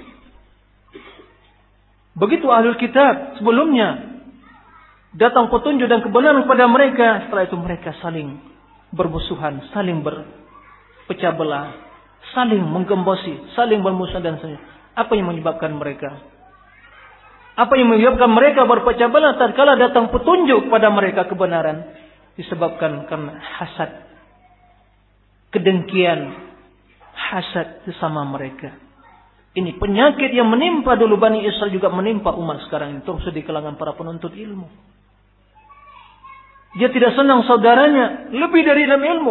Begitu ahlul kitab sebelumnya datang petunjuk dan kebenaran kepada mereka, setelah itu mereka saling bermusuhan, saling berpecah belah, saling menggembosi, saling bermusuhan dan sebagainya. Apa yang menyebabkan mereka? Apa yang menyebabkan mereka berpecah belah tatkala datang petunjuk kepada mereka kebenaran? Disebabkan karena hasad, kedengkian, hasad sesama mereka. Ini penyakit yang menimpa dulu Bani Israel juga menimpa umat sekarang ini, terus di kalangan para penuntut ilmu. Dia tidak senang saudaranya lebih dari dalam ilmu.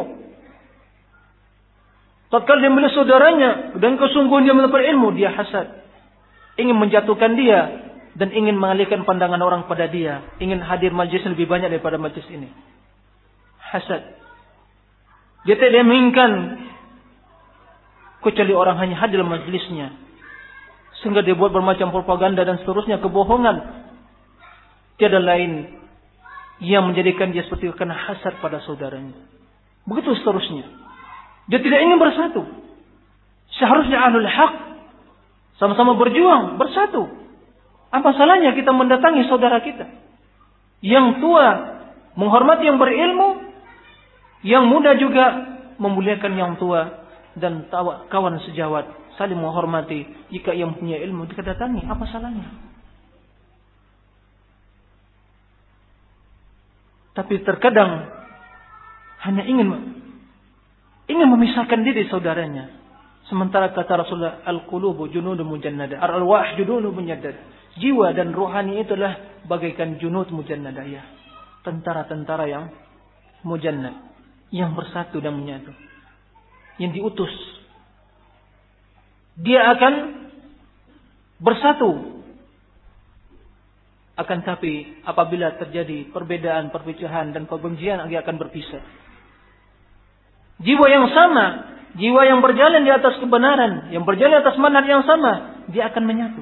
Tatkala dia melihat saudaranya dan kesungguhan dia menuntut ilmu, dia hasad. ingin menjatuhkan dia dan ingin mengalihkan pandangan orang pada dia, ingin hadir majlis lebih banyak daripada majlis ini. Hasad. Dia tidak menginginkan kecuali orang hanya hadir majlisnya, sehingga dia buat bermacam propaganda dan seterusnya, kebohongan. Tiada lain yang menjadikan dia seperti karena hasad pada saudaranya. Begitu seterusnya. Dia tidak ingin bersatu. Seharusnya ahlul haq sama-sama berjuang, bersatu. Apa salahnya kita mendatangi saudara kita yang tua, menghormati yang berilmu, yang muda juga memuliakan yang tua, dan kawan sejawat saling menghormati. Jika yang punya ilmu kita datangi, apa salahnya? Tapi terkadang hanya ingin ingin memisahkan diri saudaranya. Sementara kata Rasulullah, al-qulubu junudun mujannada, al-arwah junudun mujaddad. Jiwa dan rohani itulah bagaikan junud mujannada, ya, tentara-tentara yang mujannad, yang bersatu dan menyatu, yang diutus. Dia akan bersatu. Akan tapi apabila terjadi perbedaan, perpecahan dan kebencian, dia akan berpisah. Jiwa yang sama, jiwa yang berjalan di atas kebenaran, yang berjalan di atas manhaj yang sama, dia akan menyatu.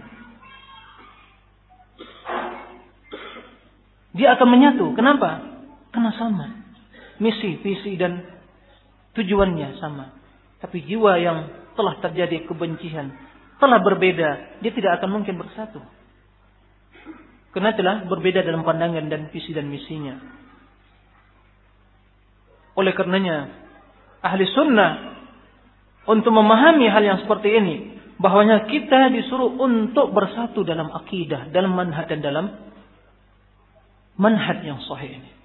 Dia akan menyatu. Kenapa? Karena sama. Misi, visi dan tujuannya sama. Tapi jiwa yang telah terjadi kebencian, telah berbeda, dia tidak akan mungkin bersatu. Karena telah berbeda dalam pandangan dan visi dan misinya. Oleh karenanya, ahli sunnah untuk memahami hal yang seperti ini, bahwanya kita disuruh untuk bersatu dalam akidah, dalam manhaj dan dalam manhaj yang sahih ini.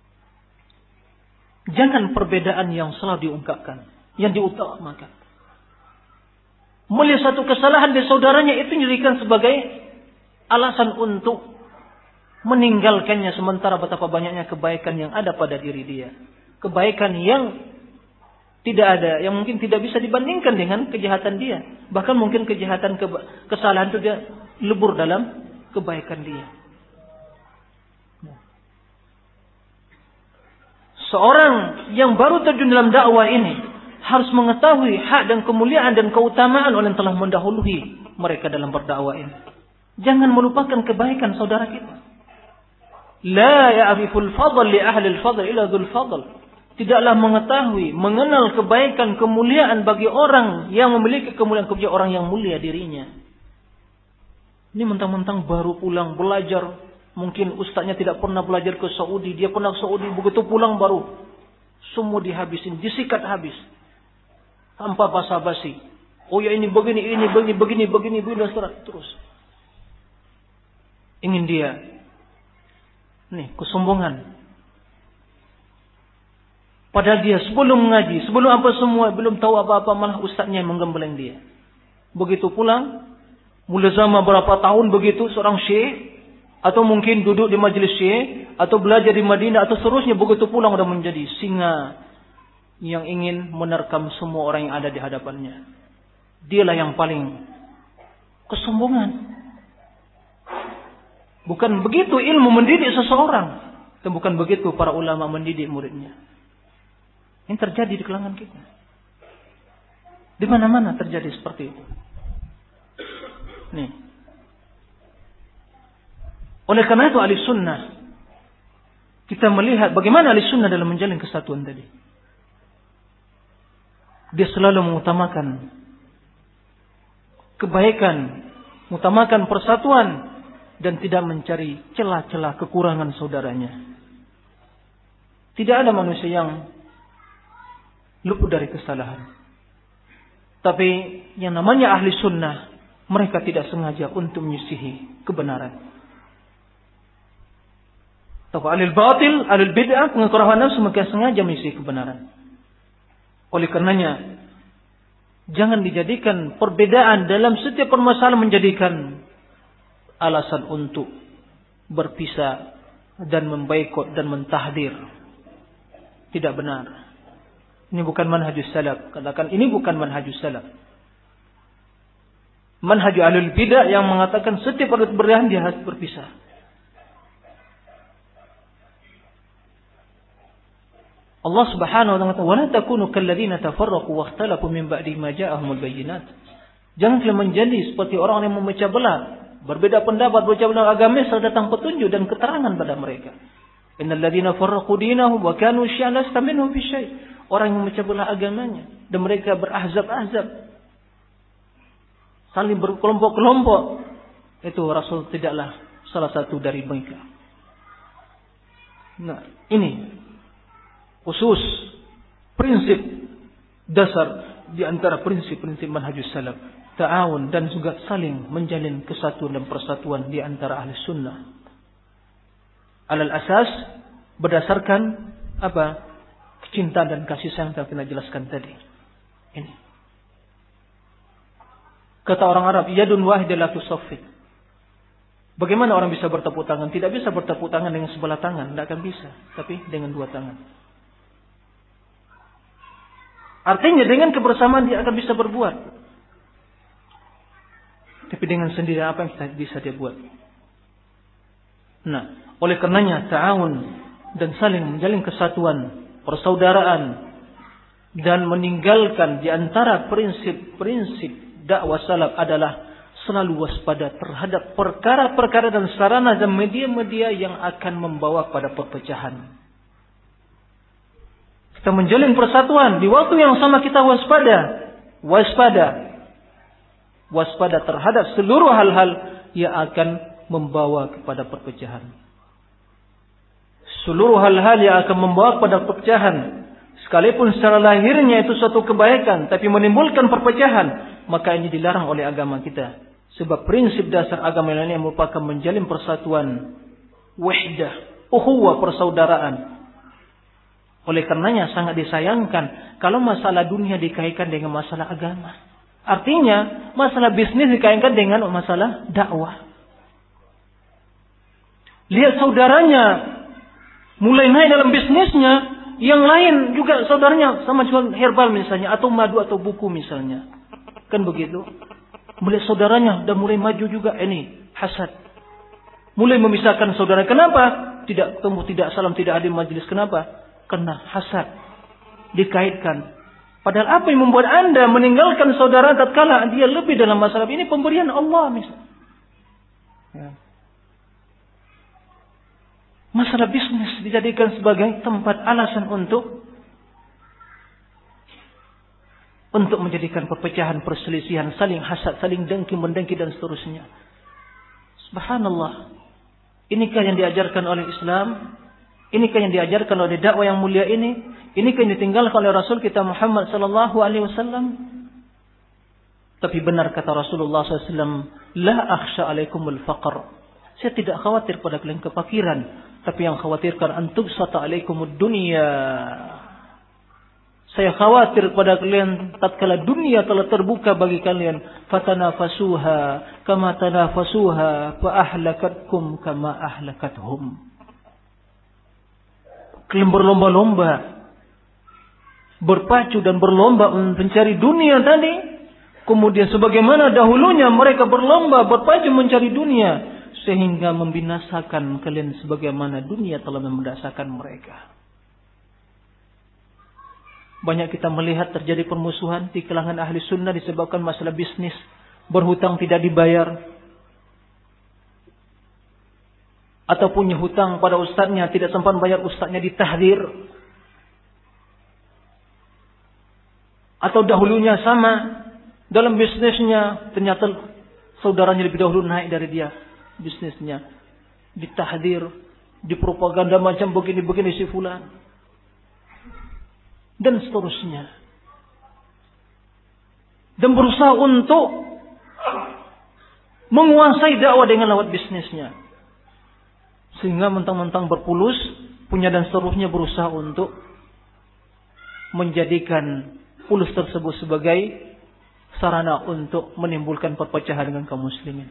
Jangan perbedaan yang selalu diungkapkan, yang diutamakan. Melihat satu kesalahan di saudaranya itu dijadikan sebagai alasan untuk meninggalkannya, sementara betapa banyaknya kebaikan yang ada pada diri dia. Kebaikan yang tidak ada, yang mungkin tidak bisa dibandingkan dengan kejahatan dia. Bahkan mungkin kejahatan, kesalahan itu dia lebur dalam kebaikan dia. Seorang yang baru terjun dalam dakwah ini harus mengetahui hak dan kemuliaan dan keutamaan oleh yang telah mendahului mereka dalam berdakwah ini. Jangan melupakan kebaikan saudara kita. La ya'riful fadl li ahli al-fadl illa dzul fadl. Tidaklah mengetahui, mengenal kebaikan, kemuliaan bagi orang yang memiliki kemuliaan, kemuliaan orang yang mulia dirinya. Ini mentang-mentang baru pulang belajar. Mungkin ustaznya tidak pernah belajar ke Saudi. Dia pernah ke Saudi, begitu pulang baru semua dihabisin, disikat habis. Tanpa basa-basi. Oh ya ini begini, ini begini, begini, begini, begini, terus. Ingin dia. Nih, kesombongan. Padahal dia sebelum mengaji, sebelum apa semua, belum tahu apa-apa, malah ustaznya yang menggembleng dia. Begitu pulang, mulazamah berapa tahun begitu, seorang syekh, atau mungkin duduk di majelis syekh, atau belajar di Madinah, atau seterusnya, begitu pulang sudah menjadi singa yang ingin menerkam semua orang yang ada di hadapannya. Dialah yang paling kesombongan. Bukan begitu ilmu mendidik seseorang, dan bukan begitu para ulama mendidik muridnya. Ini terjadi di kalangan kita. Di mana-mana terjadi seperti itu. Nih. Oleh karena itu ahli sunnah, kita melihat bagaimana ahli sunnah dalam menjalin kesatuan tadi. Dia selalu mengutamakan kebaikan, mengutamakan persatuan, dan tidak mencari celah-celah kekurangan saudaranya. Tidak ada manusia yang luput dari kesalahan. Tapi yang namanya ahli sunnah, mereka tidak sengaja untuk menyisihi kebenaran. Tapi ahli batil, ahli bid'ah, pengekor hawa nafsu, mereka sengaja menyisihi kebenaran. Oleh karenanya, jangan dijadikan perbedaan dalam setiap permasalahan menjadikan alasan untuk berpisah dan membaikot dan mentahdir. Tidak benar. Ini bukan manhajus salaf. Katakan ini bukan manhajus salaf. manhaj ahlul bidah yang mengatakan setiap ada keberdian dia harus berpisah. Allah Subhanahu wa taala, "Wa la takunu kalladzina tafarraqu wa ikhtalafu min ba'di ma ja'ahumul bayyinat." Jangan kalian menjadi seperti orang yang memecah belah, berbeda pendapat, berpecah belah agama setelah datang petunjuk dan keterangan pada mereka. Innal ladzina farraqu dinahum wa kanu syi'an lasta minhum fi syai'. Orang yang memecah belah agamanya dan mereka berahzab-ahzab, saling berkelompok-kelompok, itu Rasul tidaklah salah satu dari mereka. Nah, ini khusus prinsip dasar di antara prinsip-prinsip manhajus salaf, ta'awun dan juga saling menjalin kesatuan dan persatuan di antara ahli sunnah. Alal asas berdasarkan apa? Kecintaan dan kasih sayang yang kita jelaskan tadi. Ini. Kata orang Arab, yadun wahidah la tusaffid. Bagaimana orang bisa bertepuk tangan? Tidak bisa bertepuk tangan dengan sebelah tangan, tidak akan bisa, tapi dengan dua tangan. Artinya dengan kebersamaan dia akan bisa berbuat. Tapi dengan sendiri apa yang kita bisa dia buat? Nah, oleh karenanya ta'awun dan saling menjalin kesatuan, persaudaraan, dan meninggalkan di antara prinsip-prinsip dakwah salaf adalah selalu waspada terhadap perkara-perkara dan sarana dan media-media yang akan membawa pada perpecahan. Kita menjalin persatuan, di waktu yang sama kita waspada, waspada, waspada terhadap seluruh hal-hal yang akan membawa kepada perpecahan. Seluruh hal-hal yang akan membawa kepada perpecahan, sekalipun secara lahirnya itu suatu kebaikan, tapi menimbulkan perpecahan, maka ini dilarang oleh agama kita. Sebab prinsip dasar agama ini merupakan menjalin persatuan, wahdah, ukhuwah, persaudaraan. Oleh karenanya sangat disayangkan kalau masalah dunia dikaitkan dengan masalah agama. Artinya masalah bisnis dikaitkan dengan masalah dakwah. Lihat saudaranya mulai naik dalam bisnisnya, yang lain juga saudaranya sama jual herbal misalnya, atau madu atau buku misalnya. Kan begitu. Melihat saudaranya dan mulai maju juga, ini hasad. Mulai memisahkan saudara. Kenapa? Tidak ketemu, tidak salam, tidak hadir majelis. Kenapa? Karena hasad. Dikaitkan. Padahal apa yang membuat Anda meninggalkan saudara tatkala dia lebih dalam masalah ini? Pemberian Allah misalnya. Ya. Masalah bisnis dijadikan sebagai tempat alasan untuk untuk menjadikan perpecahan, perselisihan, saling hasad, saling dengki, mendengki dan seterusnya. Subhanallah. Inikah yang diajarkan oleh Islam? Inikah yang diajarkan oleh dakwah yang mulia ini? Inikah yang ditinggalkan oleh Rasul kita Muhammad sallallahu alaihi wasallam? Tapi benar kata Rasulullah sallallahu alaihi wasallam, la akhsha alaikumul faqr. Saya tidak khawatir pada kalian kefakiran, tapi yang khawatirkan antum sata alaikumud dunya. Saya khawatir pada kalian tatkala dunia telah terbuka bagi kalian, fatanafasuha kama tanafasuha fa ahlakatkum kama ahlakathum. Kalian berlomba-lomba, berpacu dan berlomba mencari dunia tadi. Kemudian sebagaimana dahulunya mereka berlomba, berpacu mencari dunia, sehingga membinasakan kalian sebagaimana dunia telah membinasakan mereka. Banyak kita melihat terjadi permusuhan di kalangan ahli sunnah disebabkan masalah bisnis. Berhutang tidak dibayar. Atau punya hutang pada ustadznya, tidak sempat bayar, ustadznya ditahdir. Atau dahulunya sama dalam bisnisnya, ternyata saudaranya lebih dahulu naik dari dia bisnisnya. Ditahdir, dipropaganda macam begini-begini si fulan. Dan seterusnya. Dan berusaha untuk menguasai dakwah dengan lewat bisnisnya. Sehingga mentang-mentang berpulus, punya dan seterusnya berusaha untuk menjadikan pulus tersebut sebagai sarana untuk menimbulkan perpecahan dengan kaum muslimin.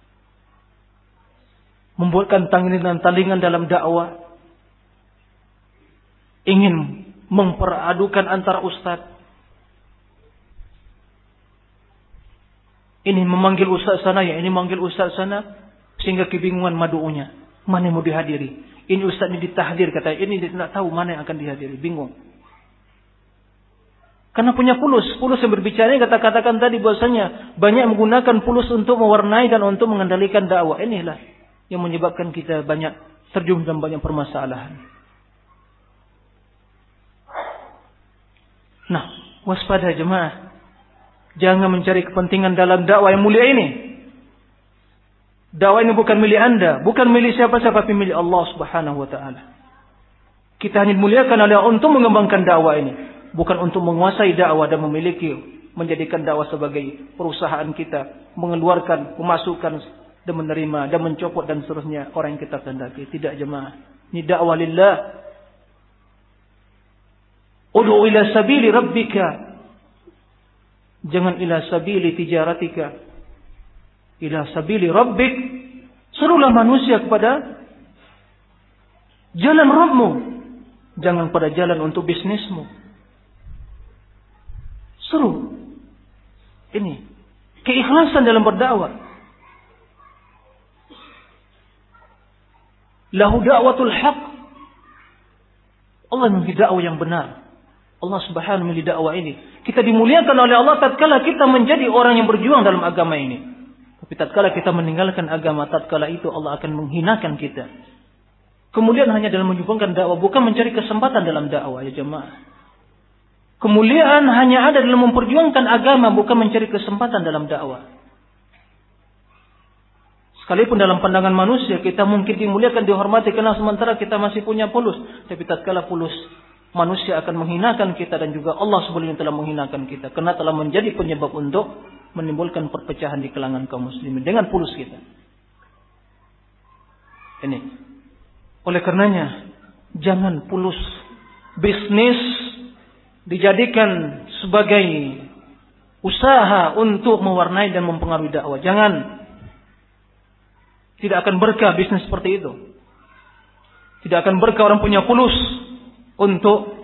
Membuatkan tanglingan tandingan dalam dakwah. Ingin memperadukan antara ustaz. Ini memanggil ustaz sana, ya ini memanggil ustaz sana, sehingga kebingungan madu'unya. Mana yang mau dihadiri? Ini ustaz ini ditahdir, kata ini tidak tahu mana yang akan dihadiri, bingung. Karena punya pulus, pulus yang berbicara, kata-katakan tadi bahwasanya banyak menggunakan pulus untuk mewarnai dan untuk mengendalikan dakwah. Inilah yang menyebabkan kita banyak terjun dalam banyak permasalahan. Nah, waspada jemaah. Jangan mencari kepentingan dalam dakwah yang mulia ini. Dakwah ini bukan milik Anda, bukan milik siapa-siapa, tapi milik Allah Subhanahu wa taala. Kita hanya dimuliakan oleh Allah untuk mengembangkan dakwah ini, bukan untuk menguasai dakwah dan memiliki, menjadikan dakwah sebagai perusahaan kita, mengeluarkan, memasukkan dan menerima dan mencopot dan seterusnya orang yang kita kehendaki. Tidak jemaah. Ini dakwah lillah. Ud'u ila sabili rabbika. Jangan ila sabili tijaratika. Ila sabili rabbik. Serulah manusia kepada jalan Rabbmu. Jangan pada jalan untuk bisnismu. Seru. Ini keikhlasan dalam berdakwah. Lahu da'watul haq. Allah memiliki dakwah yang benar. Allah Subhanahu memiliki dakwah ini. Kita dimuliakan oleh Allah tatkala kita menjadi orang yang berjuang dalam agama ini. Tapi tatkala kita meninggalkan agama, tatkala itu Allah akan menghinakan kita. Kemuliaan hanya dalam menyumbangkan dakwah, bukan mencari kesempatan dalam dakwah, ya jemaah. Kemuliaan hanya ada dalam memperjuangkan agama, bukan mencari kesempatan dalam dakwah. Sekalipun dalam pandangan manusia kita mungkin dimuliakan, dihormati karena sementara kita masih punya pulus. Tapi tatkala pulus, manusia akan menghinakan kita dan juga Allah sebelumnya telah menghinakan kita. Karena telah menjadi penyebab untuk menimbulkan perpecahan di kalangan kaum muslimin dengan pulus kita. Ini. Oleh karenanya, jangan pulus bisnis dijadikan sebagai usaha untuk mewarnai dan mempengaruhi dakwah. Jangan. Tidak akan berkah bisnis seperti itu. Tidak akan berkah orang punya pulus untuk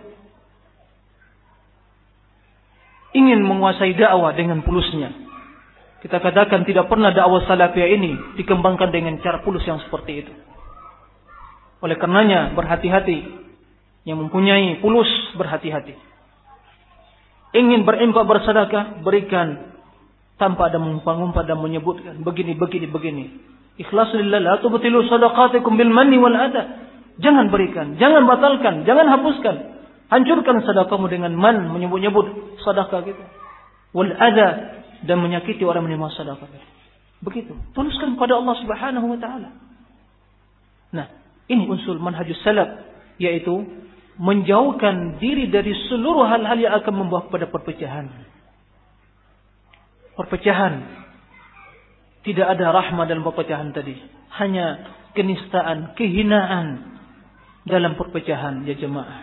ingin menguasai dakwah dengan pulusnya. Kita katakan tidak pernah dakwah salafiyah ini dikembangkan dengan cara pulus yang seperti itu. Oleh karenanya berhati-hati. Yang mempunyai pulus berhati-hati. Ingin berinfak bersedekah, berikan tanpa ada mengumpat-ngumpat dan menyebutkan begini, begini, begini. Ikhlas lillah, la tubtilu sadaqatikum bil manni wal adha. Jangan berikan, jangan batalkan, jangan hapuskan. Hancurkan sedekahmu dengan man, menyebut-nyebut sedekah kita. Wal adha, dan menyakiti orang menerima sedekah. Begitu. Tuluskan kepada Allah Subhanahu wa taala. Nah, ini unsur manhajus salaf, yaitu menjauhkan diri dari seluruh hal-hal yang akan membawa kepada perpecahan. Perpecahan. Tidak ada rahmah dalam perpecahan tadi. Hanya kenistaan, kehinaan dalam perpecahan, ya jemaah.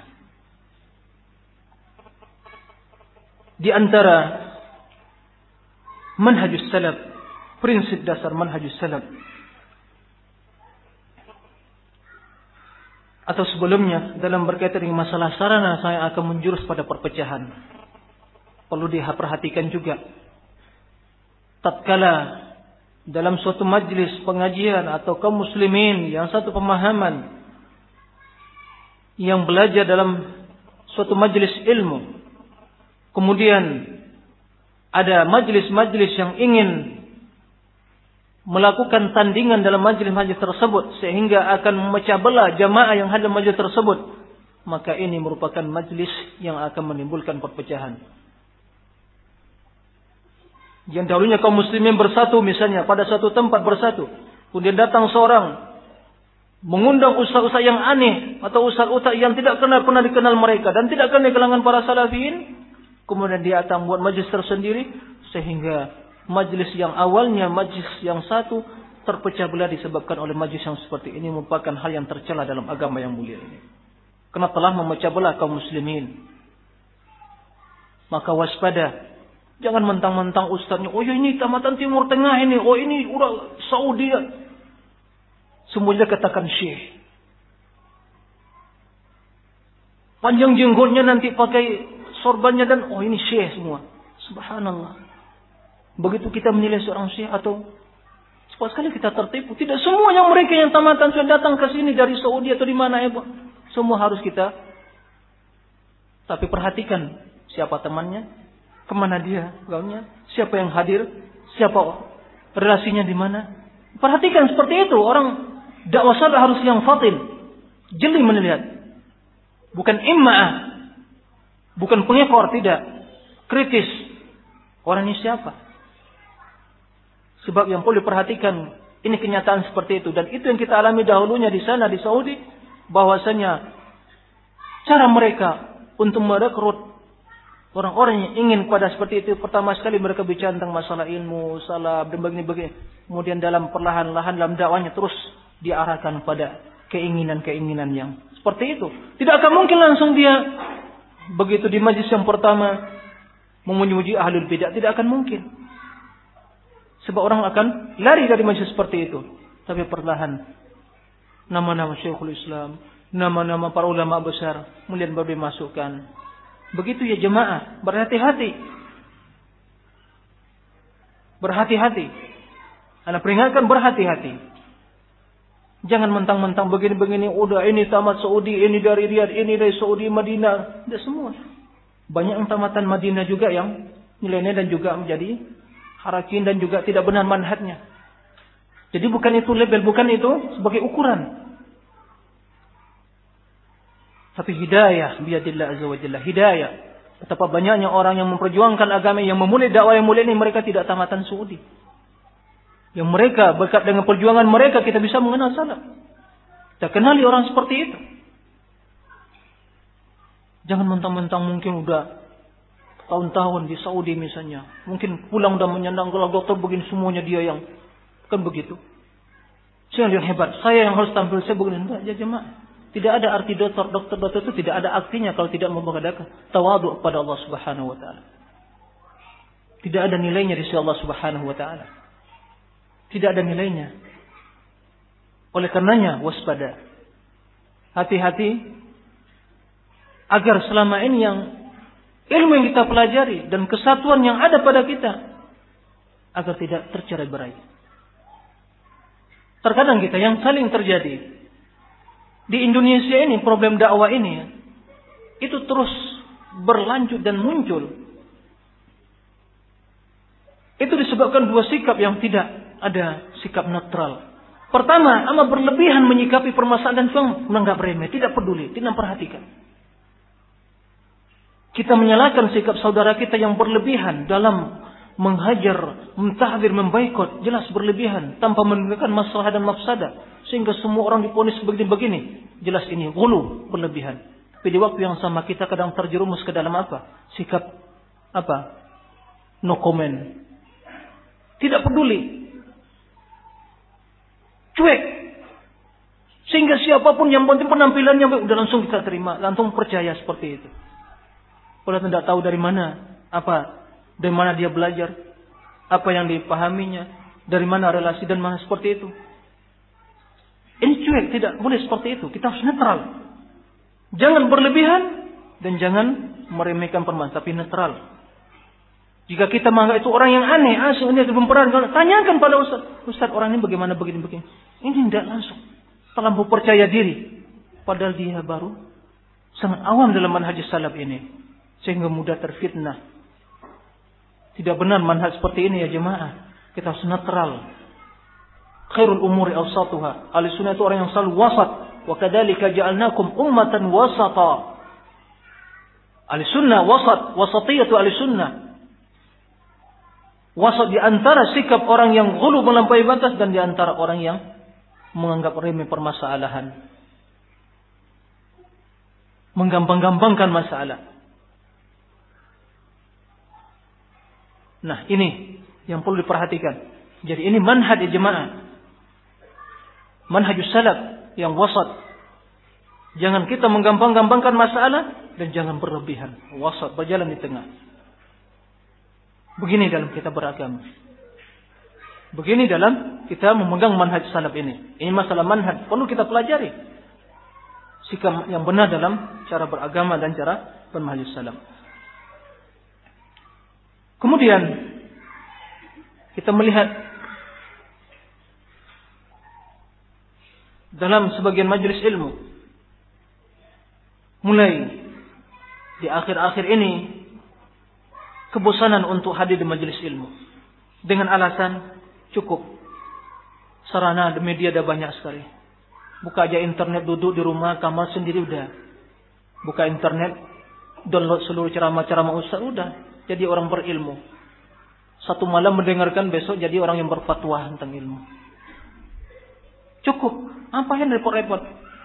Di antara manhajus salaf, prinsip dasar manhajus salaf, atau sebelumnya dalam berkaitan dengan masalah sarana, saya akan menjurus pada perpecahan. Perlu diperhatikan juga. Tatkala dalam suatu majlis pengajian atau kaum muslimin yang satu pemahaman, yang belajar dalam suatu majlis ilmu, kemudian ada majlis-majlis yang ingin melakukan tandingan dalam majlis-majlis tersebut sehingga akan memecah belah jamaah yang hadir majlis tersebut, maka ini merupakan majlis yang akan menimbulkan perpecahan. Yang dahulunya kaum muslimin bersatu misalnya pada satu tempat bersatu, kemudian datang seorang mengundang ustaz-ustaz yang aneh atau ustaz-ustaz yang tidak kenal pernah dikenal mereka dan tidak kenal di kalangan para salafin, kemudian dia akan buat majlis tersendiri sehingga majlis yang awalnya majlis yang satu terpecah belah disebabkan oleh majlis yang seperti ini, merupakan hal yang tercela dalam agama yang mulia ini. Karena telah memecah belah kaum muslimin. Maka waspada. Jangan mentang-mentang ustaznya, oh ya ini tamatan Timur Tengah ini, oh ini udah Saudi. Semuanya katakan syekh. Panjang jenggotnya nanti pakai sorbannya dan oh ini syekh semua. Subhanallah. Begitu kita menilai seorang syekh atau cepat sekali kita tertipu. Tidak semua yang mereka yang tamatan sudah datang ke sini dari Saudi atau di mana ya, semua harus kita. Tapi perhatikan siapa temannya, kemana dia gaulnya, siapa yang hadir, siapa relasinya di mana. Perhatikan seperti itu. Orang dakwah salaf harus yang fatin, jeli melihat. Bukan imma'ah, bukan pengekor, tidak. Kritis. Orang ini siapa? Sebab yang perlu diperhatikan, ini kenyataan seperti itu. Dan itu yang kita alami dahulunya di sana, di Saudi. Bahwasanya cara mereka untuk merekrut orang-orang yang ingin pada seperti itu. Pertama sekali mereka bicara tentang masalah ilmu, salah, dan begini-begini. Kemudian dalam perlahan-lahan dalam dakwahnya terus diarahkan pada keinginan-keinginan yang seperti itu. Tidak akan mungkin langsung dia begitu di majlis yang pertama memuji ahlul bidah. Tidak akan mungkin. Sebab orang akan lari dari majlis seperti itu. Tapi perlahan nama-nama Syekhul Islam, nama-nama para ulama besar kemudian baru dimasukkan. Begitu ya jemaah, berhati-hati. Berhati-hati. Ana peringatkan berhati-hati. Jangan mentang-mentang begini-begini, udah ini tamat Saudi, ini dari Riyadh, ini dari Saudi, Madinah. Tidak semua. Banyak yang tamatan Madinah juga yang nilainya dan juga menjadi harakin dan juga tidak benar manhajnya. Jadi bukan itu label, bukan itu sebagai ukuran. Tapi hidayah biadillah azza wa jalla, hidayah. Betapa banyaknya orang yang memperjuangkan agama, yang memulai dakwah yang mulia ini, mereka tidak tamatan Saudi. Yang mereka berkat dengan perjuangan mereka kita bisa mengenal salaf. Kita kenali orang seperti itu. Jangan mentang-mentang mungkin udah tahun-tahun di Saudi misalnya, mungkin pulang udah menyandang gelar dokter, begini semuanya dia yang kan begitu. Saya yang hebat, saya yang harus tampil saya begini. Enggak, ya jemaah. Tidak ada arti dokter, dokter, dokter itu tidak ada artinya kalau tidak memperadakan tawadhu kepada Allah Subhanahu wa taala. Tidak ada nilainya di sisi Allah Subhanahu wa taala. Tidak ada nilainya. Oleh karenanya waspada. Hati-hati agar selama ini yang ilmu yang kita pelajari dan kesatuan yang ada pada kita agar tidak tercerai-berai. Terkadang kita yang saling terjadi di Indonesia ini, problem dakwah ini itu terus berlanjut dan muncul. Itu disebabkan dua sikap yang tidak ada sikap netral. Pertama, amat berlebihan menyikapi permasalahan dan menganggap remeh, tidak peduli, tidak perhatikan. Kita menyalahkan sikap saudara kita yang berlebihan dalam menghajar, mentahdir, membaikot, jelas berlebihan tanpa menunjukkan masalah dan mafsadah, sehingga semua orang diponis begini-begini. Jelas ini ghulu, berlebihan. Tapi di waktu yang sama kita kadang terjerumus ke dalam apa? Sikap apa? No comment. Tidak peduli. Cuek. Sehingga siapapun yang penting penampilannya udah langsung kita terima, langsung percaya seperti itu. Padahal tidak tahu dari mana, apa, dari mana dia belajar, apa yang dipahaminya, dari mana relasi dan mana seperti itu. Ini cuek, tidak boleh seperti itu. Kita harus netral. Jangan berlebihan dan jangan meremehkan permasalahan, tapi netral. Jika kita menganggap itu orang yang aneh, asing, ini berperan, tanyakan pada ustaz, ustaz orang ini bagaimana begini-begini. Ini tidak langsung. Terlalu percaya diri, padahal dia baru sangat awam dalam manhaj salaf ini, sehingga mudah terfitnah. Tidak benar manhaj seperti ini ya jemaah. Kita harus netral. Khairul umuri awsatuha. Ahli sunnah itu orang yang selalu wasat. Wa kadzalika ja'alnakum ummatan wasata. Ahli sunnah wasat, wasatiyatu ahli sunnah. Wasat di antara sikap orang yang ghulu melampaui batas dan di antara orang yang menganggap remeh permasalahan. Menggampang-gampangkan masalah. Nah, ini yang perlu diperhatikan. Jadi ini manhaj jemaah. Manhajus salaf yang wasat. Jangan kita menggampang-gampangkan masalah dan jangan berlebihan. Wasat, berjalan di tengah. Begini dalam kita beragama. Begini dalam kita memegang manhaj salaf ini. Ini masalah manhaj, perlu kita pelajari. Sikap yang benar dalam cara beragama dan cara bermanhaj salaf. Kemudian Kita melihat dalam sebagian majelis ilmu, mulai di akhir-akhir ini, kebosanan untuk hadir di majelis ilmu dengan alasan cukup sarana di media ada banyak sekali. Buka aja internet, duduk di rumah kamar sendiri udah. Buka internet, download seluruh ceramah-ceramah ustaz, udah jadi orang berilmu. Satu malam mendengarkan, besok jadi orang yang berfatwa tentang ilmu. Cukup. Apa yang repot-repot?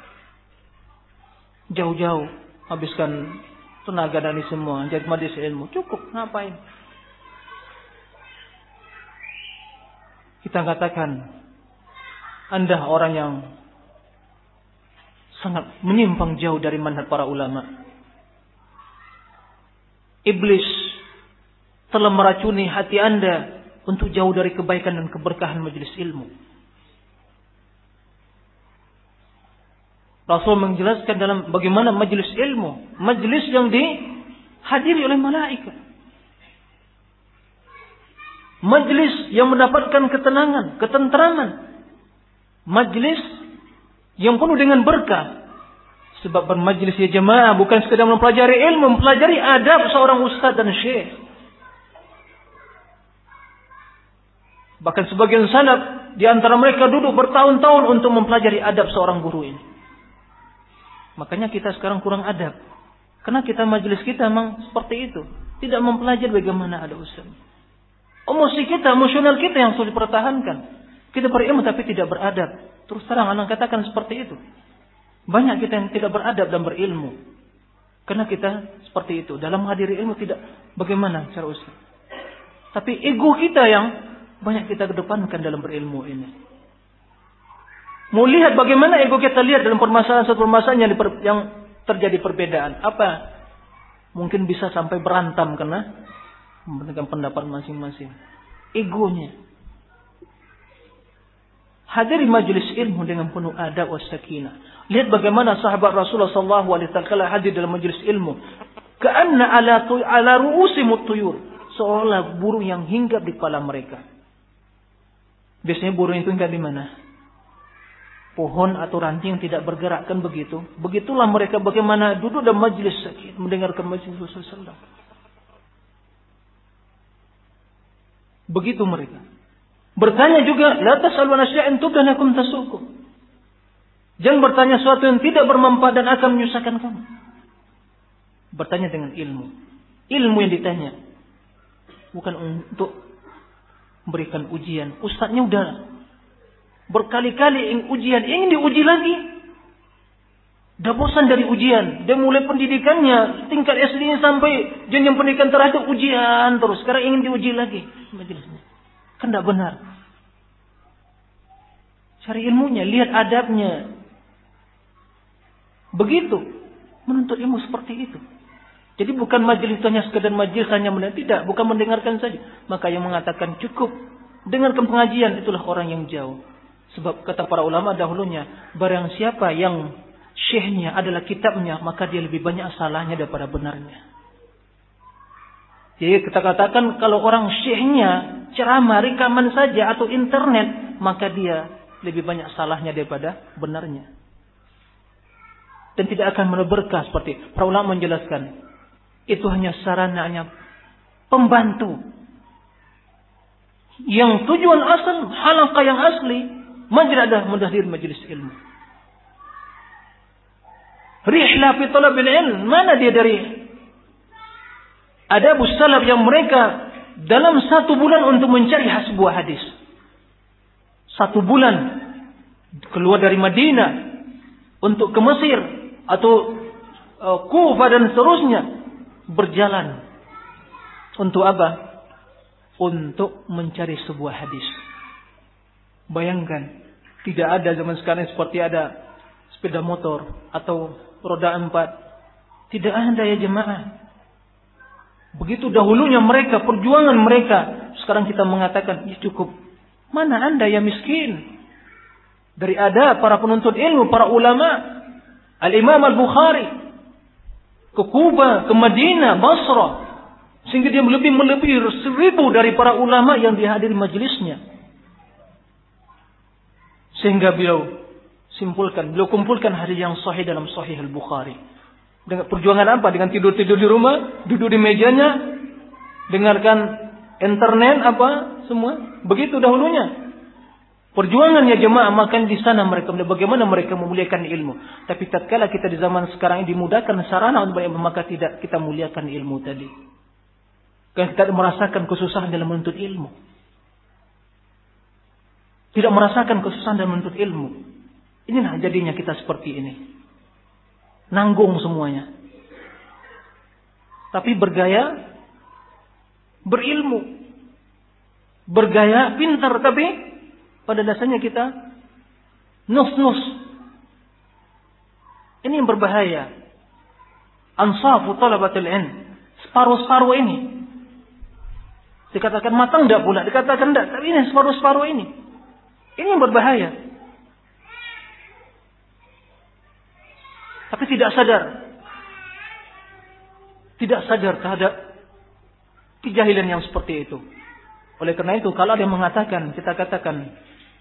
Jauh-jauh habiskan tenaga dan ini semua jadi majelis ilmu. Cukup. Ngapain? Kita katakan Anda orang yang sangat menyimpang jauh dari manhaj para ulama. Iblis telah meracuni hati Anda untuk jauh dari kebaikan dan keberkahan majelis ilmu. Rasul menjelaskan dalam bagaimana majelis ilmu, majelis yang dihadiri oleh malaikat, majelis yang mendapatkan ketenangan, ketenteraman, majelis yang penuh dengan berkah. Sebab bermajlis ya jemaah bukan sekedar mempelajari ilmu, mempelajari adab seorang ustaz dan syekh. Bahkan sebagian salaf di antara mereka duduk bertahun-tahun untuk mempelajari adab seorang guru ini. Makanya kita sekarang kurang adab. Karena kita majelis kita memang seperti itu. Tidak mempelajari bagaimana ada ustaz. Emosi kita, emosional kita yang sulit dipertahankan. Kita berilmu tapi tidak beradab. Terus terang anak katakan seperti itu. Banyak kita yang tidak beradab dan berilmu. Karena kita seperti itu. Dalam menghadiri ilmu tidak bagaimana cara ustaz. Tapi ego kita yang banyak kita kedepankan dalam berilmu ini. Mau lihat bagaimana ego kita lihat dalam permasalahan satu permasalahan yang, diper, yang terjadi perbedaan. Apa? Mungkin bisa sampai berantem karena memberikan pendapat masing-masing. Egonya. Hadiri majelis ilmu dengan penuh adab was sakinah. Lihat bagaimana sahabat Rasulullah sallallahu alaihi wasallam hadir dalam majelis ilmu. Ka'anna ala tu, ala ru'usimut tuyur. Seolah burung yang hinggap di kepala mereka. Biasanya burung itu hinggap di mana? Pohon atau ranting yang tidak bergerak, kan begitu. Begitulah mereka bagaimana duduk dalam majelis mendengarkan majelis Rasulullah sallallahu alaihi wasallam. Begitu mereka. Bertanya juga, la tas'alu an asya'in tubdanakum tasukum. Jangan bertanya sesuatu yang tidak bermanfaat dan akan menyusahkan kamu. Bertanya dengan ilmu. Ilmu yang ditanya. Bukan untuk memberikan ujian. Ustaznya udah berkali-kali ingin ujian, ingin diuji lagi. Dah bosan dari ujian. Dia mulai pendidikannya, tingkat S D-nya sampai jenjang pendidikan terakhir ujian terus. Sekarang ingin diuji lagi majelisnya. Kan tidak benar. Cari ilmunya, lihat adabnya. Begitu. Menuntut ilmu seperti itu. Jadi bukan majelis hanya sekedar majelis hanya mendengar. Tidak, bukan mendengarkan saja. Maka yang mengatakan cukup dengarkan pengajian itulah orang yang jauh. Sebab kata para ulama dahulunya, barang siapa yang syekhnya adalah kitabnya, maka dia lebih banyak salahnya daripada benarnya. Jadi kita katakan kalau orang syekhnya ceramah, rekaman saja atau internet, maka dia lebih banyak salahnya daripada benarnya. Dan tidak akan berkah seperti para ulama menjelaskan. Itu hanya sarana, hanya pembantu. Yang tujuan asal, halaqah yang asli, majlis adalah mendahir majelis ilmu. Rihlah fi talabil ilm, mana dia dari adabus salaf yang mereka dalam satu bulan untuk mencari sebuah hadis. Satu bulan keluar dari Madinah untuk ke Mesir atau uh, Kufah dan seterusnya, berjalan untuk apa? Untuk mencari sebuah hadis. Bayangkan, tidak ada zaman sekarang seperti ada sepeda motor atau roda empat. Tidak ada ya jemaah. Begitu dahulunya mereka, perjuangan mereka. Sekarang kita mengatakan, ya cukup. Mana anda yang miskin? Dari ada para penuntut ilmu, para ulama. Al-Imam Al-Bukhari. Ke Kuba, ke Madinah, Basra. Sehingga dia lebih melebihi seribu dari para ulama yang dihadiri majelisnya. Sehingga beliau simpulkan, beliau kumpulkan hadis yang sahih dalam Sahih Al-Bukhari. Dengan perjuangan apa? Dengan tidur-tidur di rumah, duduk di mejanya, dengarkan internet apa semua. Begitu dahulunya. Perjuangannya jemaah, makan di sana mereka, bagaimana mereka memuliakan ilmu. Tapi tatkala kita di zaman sekarang ini dimudahkan sarana untuk banyak, maka tidak kita muliakan ilmu tadi. Karena kita merasakan kesusahan dalam menuntut ilmu. Tidak merasakan kesusahan dalam menuntut ilmu. Inilah jadinya kita seperti ini. Nanggung semuanya. Tapi bergaya berilmu. Bergaya pintar, tapi pada dasarnya kita nus-nus. Ini yang berbahaya. Ansafu talabatul ilm. Separuh-separuh ini. Dikatakan matang tidak pula. Dikatakan tidak. Tapi ini separuh-separuh ini. Ini yang berbahaya. Tapi tidak sadar. Tidak sadar terhadap kejahilan yang seperti itu. Oleh karena itu, kalau ada yang mengatakan, kita katakan,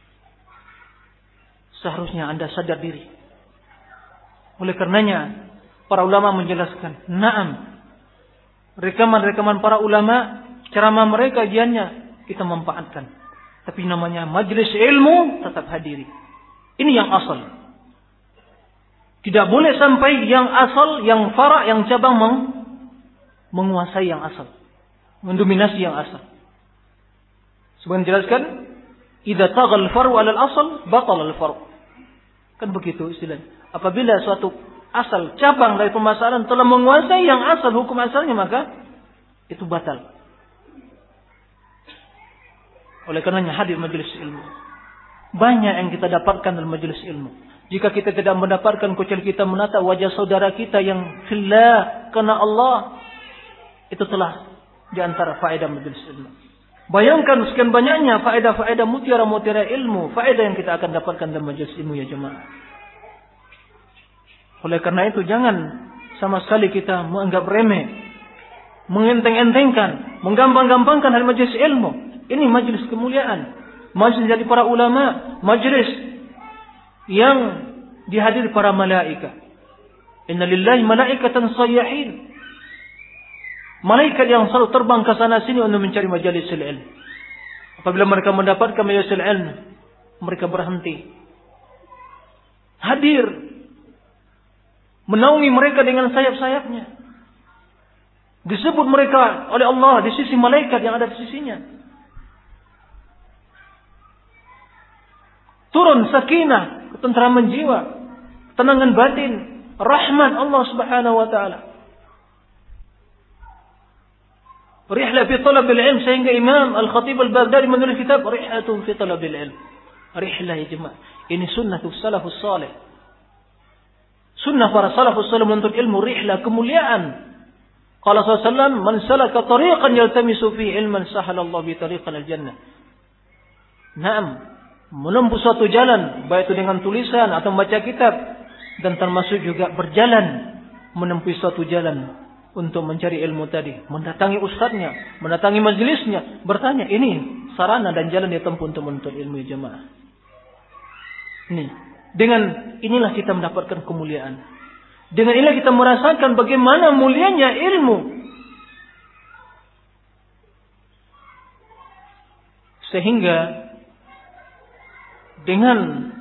seharusnya Anda sadar diri. Oleh karenanya, para ulama menjelaskan, naam, rekaman-rekaman para ulama, ceramah mereka, kajiannya, kita manfaatkan. Tapi namanya majlis ilmu, tetap hadiri. Ini yang asal. Tidak boleh sampai yang asal, yang fara', yang cabang meng, menguasai yang asal. Mendominasi yang asal. Sebenarnya jelaskan, idza taghal faru 'ala al-asl, batal al-faru. Kan begitu istilahnya. Apabila suatu asal cabang dari permasalahan telah menguasai yang asal, hukum asalnya, maka itu batal. Oleh karenanya hadir majelis ilmu. Banyak yang kita dapatkan dalam majelis ilmu. Jika kita tidak mendapatkan, kecuali kita menatap wajah saudara kita yang fillah, karena Allah, itu telah di antara faedah majelis ilmu. Bayangkan sekian banyaknya faedah-faedah, mutiara-mutiara ilmu, faedah yang kita akan dapatkan dalam majelis ilmu ya jemaah. Oleh karena itu jangan sama sekali kita menganggap remeh, mengenteng-entengkan, menggampang-gampangkan hal majelis ilmu. Ini majelis kemuliaan, majelis dari para ulama, majelis yang dihadiri para malaika. Inna lillahi malaikatan sayyahin. Malaikat yang selalu terbang ke sana sini untuk mencari majalisul ilm. Apabila mereka mendapatkan majalisul ilm, mereka berhenti. Hadir. Menaungi mereka dengan sayap-sayapnya. Disebut mereka oleh Allah di sisi malaikat yang ada di sisinya. Turun sakinah, ketentraman jiwa, ketenangan batin, rahmat Allah Subhanahu wa taala. Rihlah fi talab al-ilm, sehingga Imam Al-Khatib Al-Baghdadi menulis kitab Rihlatun fi talab al-ilm. Rihlah ya jemaah. Ini sunnatus salafus salih. Sunnah para salafus salih menuntut ilmu, rihlah, kemuliaan. Qala sallallahu alaihi wasallam, man salaka tariqan yaltamisu fi ilman sahalallahu bi tariqan al-jannah. Naam, menempuh suatu jalan, baik itu dengan tulisan atau membaca kitab, dan termasuk juga berjalan menempuh suatu jalan untuk mencari ilmu tadi, mendatangi ustadznya, mendatangi majelisnya, bertanya, ini sarana dan jalan dia tempuh untuk menuntut ilmu jemaah. Ini, dengan inilah kita mendapatkan kemuliaan. Dengan inilah kita merasakan bagaimana mulianya ilmu. Sehingga dengan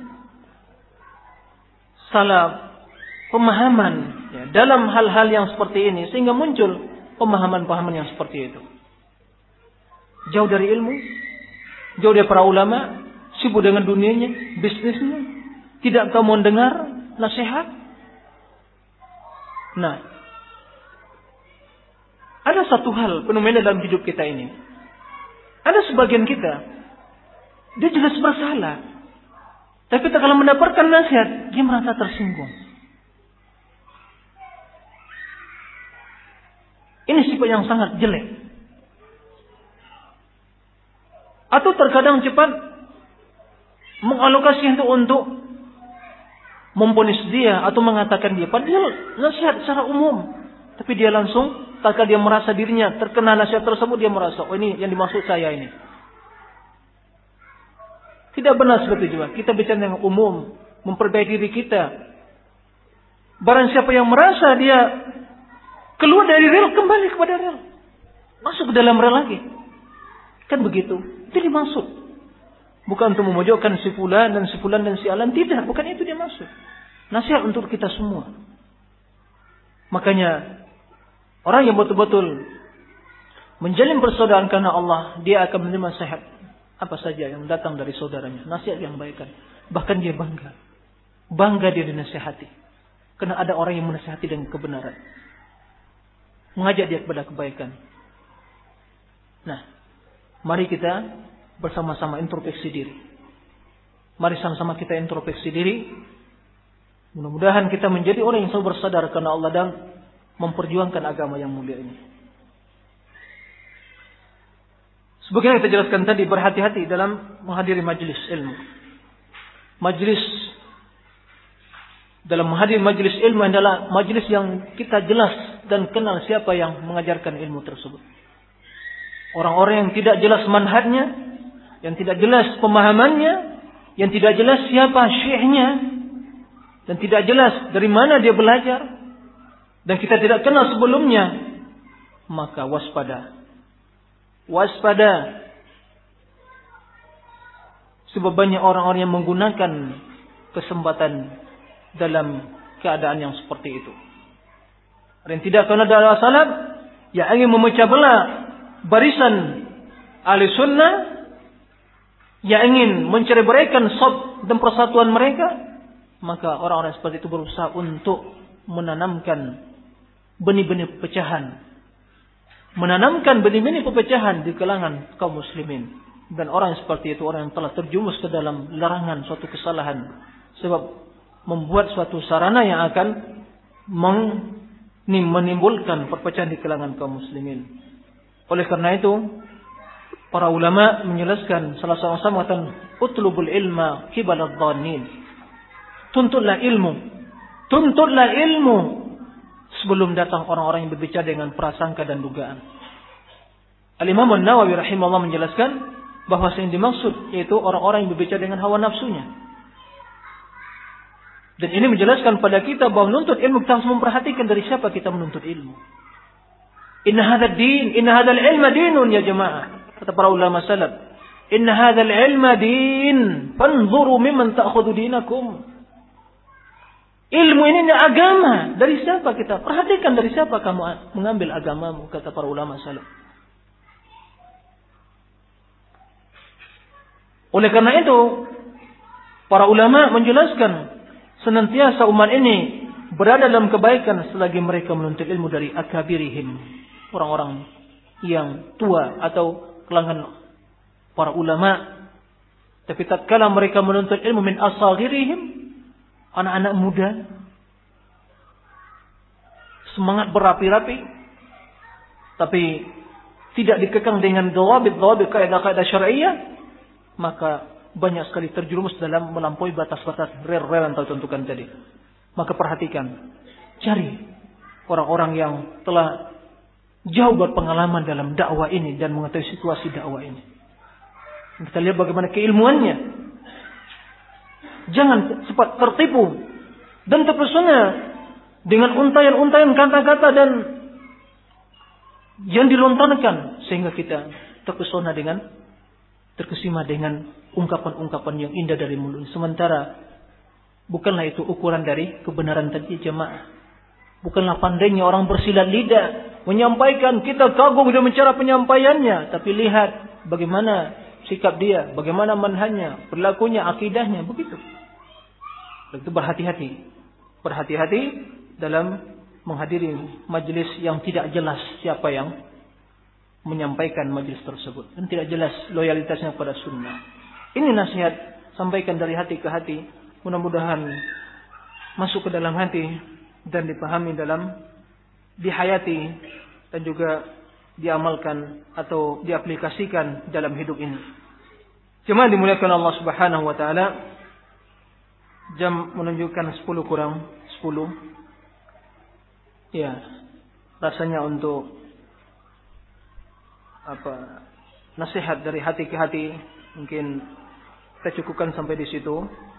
salah pemahaman ya, dalam hal-hal yang seperti ini, sehingga muncul pemahaman-pemahaman yang seperti itu. Jauh dari ilmu, jauh dari para ulama, sibuk dengan dunianya, bisnisnya, tidak tahu mendengar nasihat. Nah, ada satu hal fenomena dalam hidup kita ini. Ada sebagian kita, dia jelas bersalah, tapi kita kalau mendapatkan nasihat, dia merasa tersinggung. Ini sifat yang sangat jelek. Atau terkadang cepat mengalokasi itu untuk memponis dia atau mengatakan dia. Padahal nasihat secara umum. Tapi dia langsung tatkala dia merasa dirinya terkena nasihat tersebut, dia merasa, oh ini yang dimaksud saya ini. Tidak benar seperti itu. Kita bicara yang umum, memperbaiki diri kita. Barang siapa yang merasa dia keluar dari rel, kembali kepada rel. Masuk ke dalam rel lagi. Kan begitu. Itu dimaksud. Bukan untuk memojokkan si fulan dan si fulan dan si alan. Tidak. Bukan itu dia maksud. Nasihat untuk kita semua. Makanya orang yang betul-betul menjalin persaudaraan karena Allah, dia akan menerima nasihat apa saja yang datang dari saudaranya. Nasihat yang baikkan. Bahkan dia bangga. Bangga dia dinasihati. Karena ada orang yang menasihati dengan kebenaran. Mengajak dia kepada kebaikan. Nah, mari kita bersama-sama introspeksi diri. Mari sama-sama kita introspeksi diri. Mudah-mudahan kita menjadi orang yang selalu bersadar karena Allah dan memperjuangkan agama yang mulia ini. Sebagaimana kita jelaskan tadi, berhati-hati dalam menghadiri majelis ilmu. Majelis dalam menghadiri majelis ilmu adalah majelis yang kita jelas dan kenal siapa yang mengajarkan ilmu tersebut. Orang-orang yang tidak jelas manhajnya, yang tidak jelas pemahamannya, yang tidak jelas siapa syekhnya, dan tidak jelas dari mana dia belajar, dan kita tidak kenal sebelumnya, maka waspada. Waspada. Sebab banyak orang-orang yang menggunakan kesempatan dalam keadaan yang seperti itu. Orang yang tidak kenal dalam salaf, yang ingin memecah belah barisan ahli sunnah, yang ingin mencerai-beraikan shaf dan persatuan mereka, maka orang-orang seperti itu berusaha untuk menanamkan benih-benih perpecahan. Menanamkan benih-benih perpecahan di kalangan kaum muslimin. Dan orang seperti itu orang yang telah terjumus ke dalam larangan suatu kesalahan. Sebab membuat suatu sarana yang akan menimbulkan perpecahan di kalangan kaum muslimin. Oleh karena itu, para ulama menjelaskan salah satu mengatakan utlubul ilma kibalad dhannin. Tuntutlah ilmu. Tuntutlah ilmu sebelum datang orang-orang yang berbicara dengan prasangka dan dugaan. Al-Imam An-Nawawi rahimahullah menjelaskan bahwa yang dimaksud yaitu orang-orang yang berbicara dengan hawa nafsunya. Dan ini menjelaskan pada kita bahwa menuntut ilmu kita harus memperhatikan dari siapa kita menuntut ilmu. Inna hadzal din, inna hadzal ilma dinun ya jemaah. Kata para ulama salaf, inna hadzal ilma din, fanzuru mimman ta'khudhu dinakum. Ilmu ini agama. Dari siapa kita? Perhatikan dari siapa kamu mengambil agamamu, kata para ulama salaf. Oleh karena itu, para ulama menjelaskan senantiasa umat ini berada dalam kebaikan selagi mereka menuntut ilmu dari akabirihim, orang-orang yang tua atau kalangan para ulama. Tapi tatkala mereka menuntut ilmu min asaghirihim, anak-anak muda, semangat berapi-rapi, tapi tidak dikekang dengan dhawabit-dhawabit kaidah-kaidah syar'iyyah, maka banyak sekali terjerumus dalam melampaui batas-batas rel-rel yang telah tentukan tadi. Maka perhatikan, cari orang-orang yang telah jauh berpengalaman dalam dakwah ini dan mengetahui situasi dakwah ini. Kita lihat bagaimana keilmuannya. Jangan cepat tertipu dan terpesona dengan untayan-untayan kata-kata dan yang dilontarkan sehingga kita terpesona dengan terkesima dengan ungkapan-ungkapan yang indah dari mulut. Sementara bukanlah itu ukuran dari kebenaran tadi jemaah. Bukanlah pandainya orang bersilat lidah menyampaikan, kita kagum dengan cara penyampaiannya, tapi lihat bagaimana sikap dia, bagaimana manhajnya, perilakunya, akidahnya, begitu. Itu berhati-hati. Berhati-hati dalam menghadiri majelis yang tidak jelas siapa yang menyampaikan majelis tersebut. Dan tidak jelas loyalitasnya pada sunnah. Ini nasihat, sampaikan dari hati ke hati. Mudah-mudahan masuk ke dalam hati dan dipahami dalam dihayati dan juga diamalkan atau diaplikasikan dalam hidup ini. Jemaah dimuliakan Allah Subhanahu wa taala. Jam menunjukkan sepuluh kurang sepuluh. Ya. rasanya untuk apa nasihat dari hati ke hati mungkin kita cukupkan sampai di situ.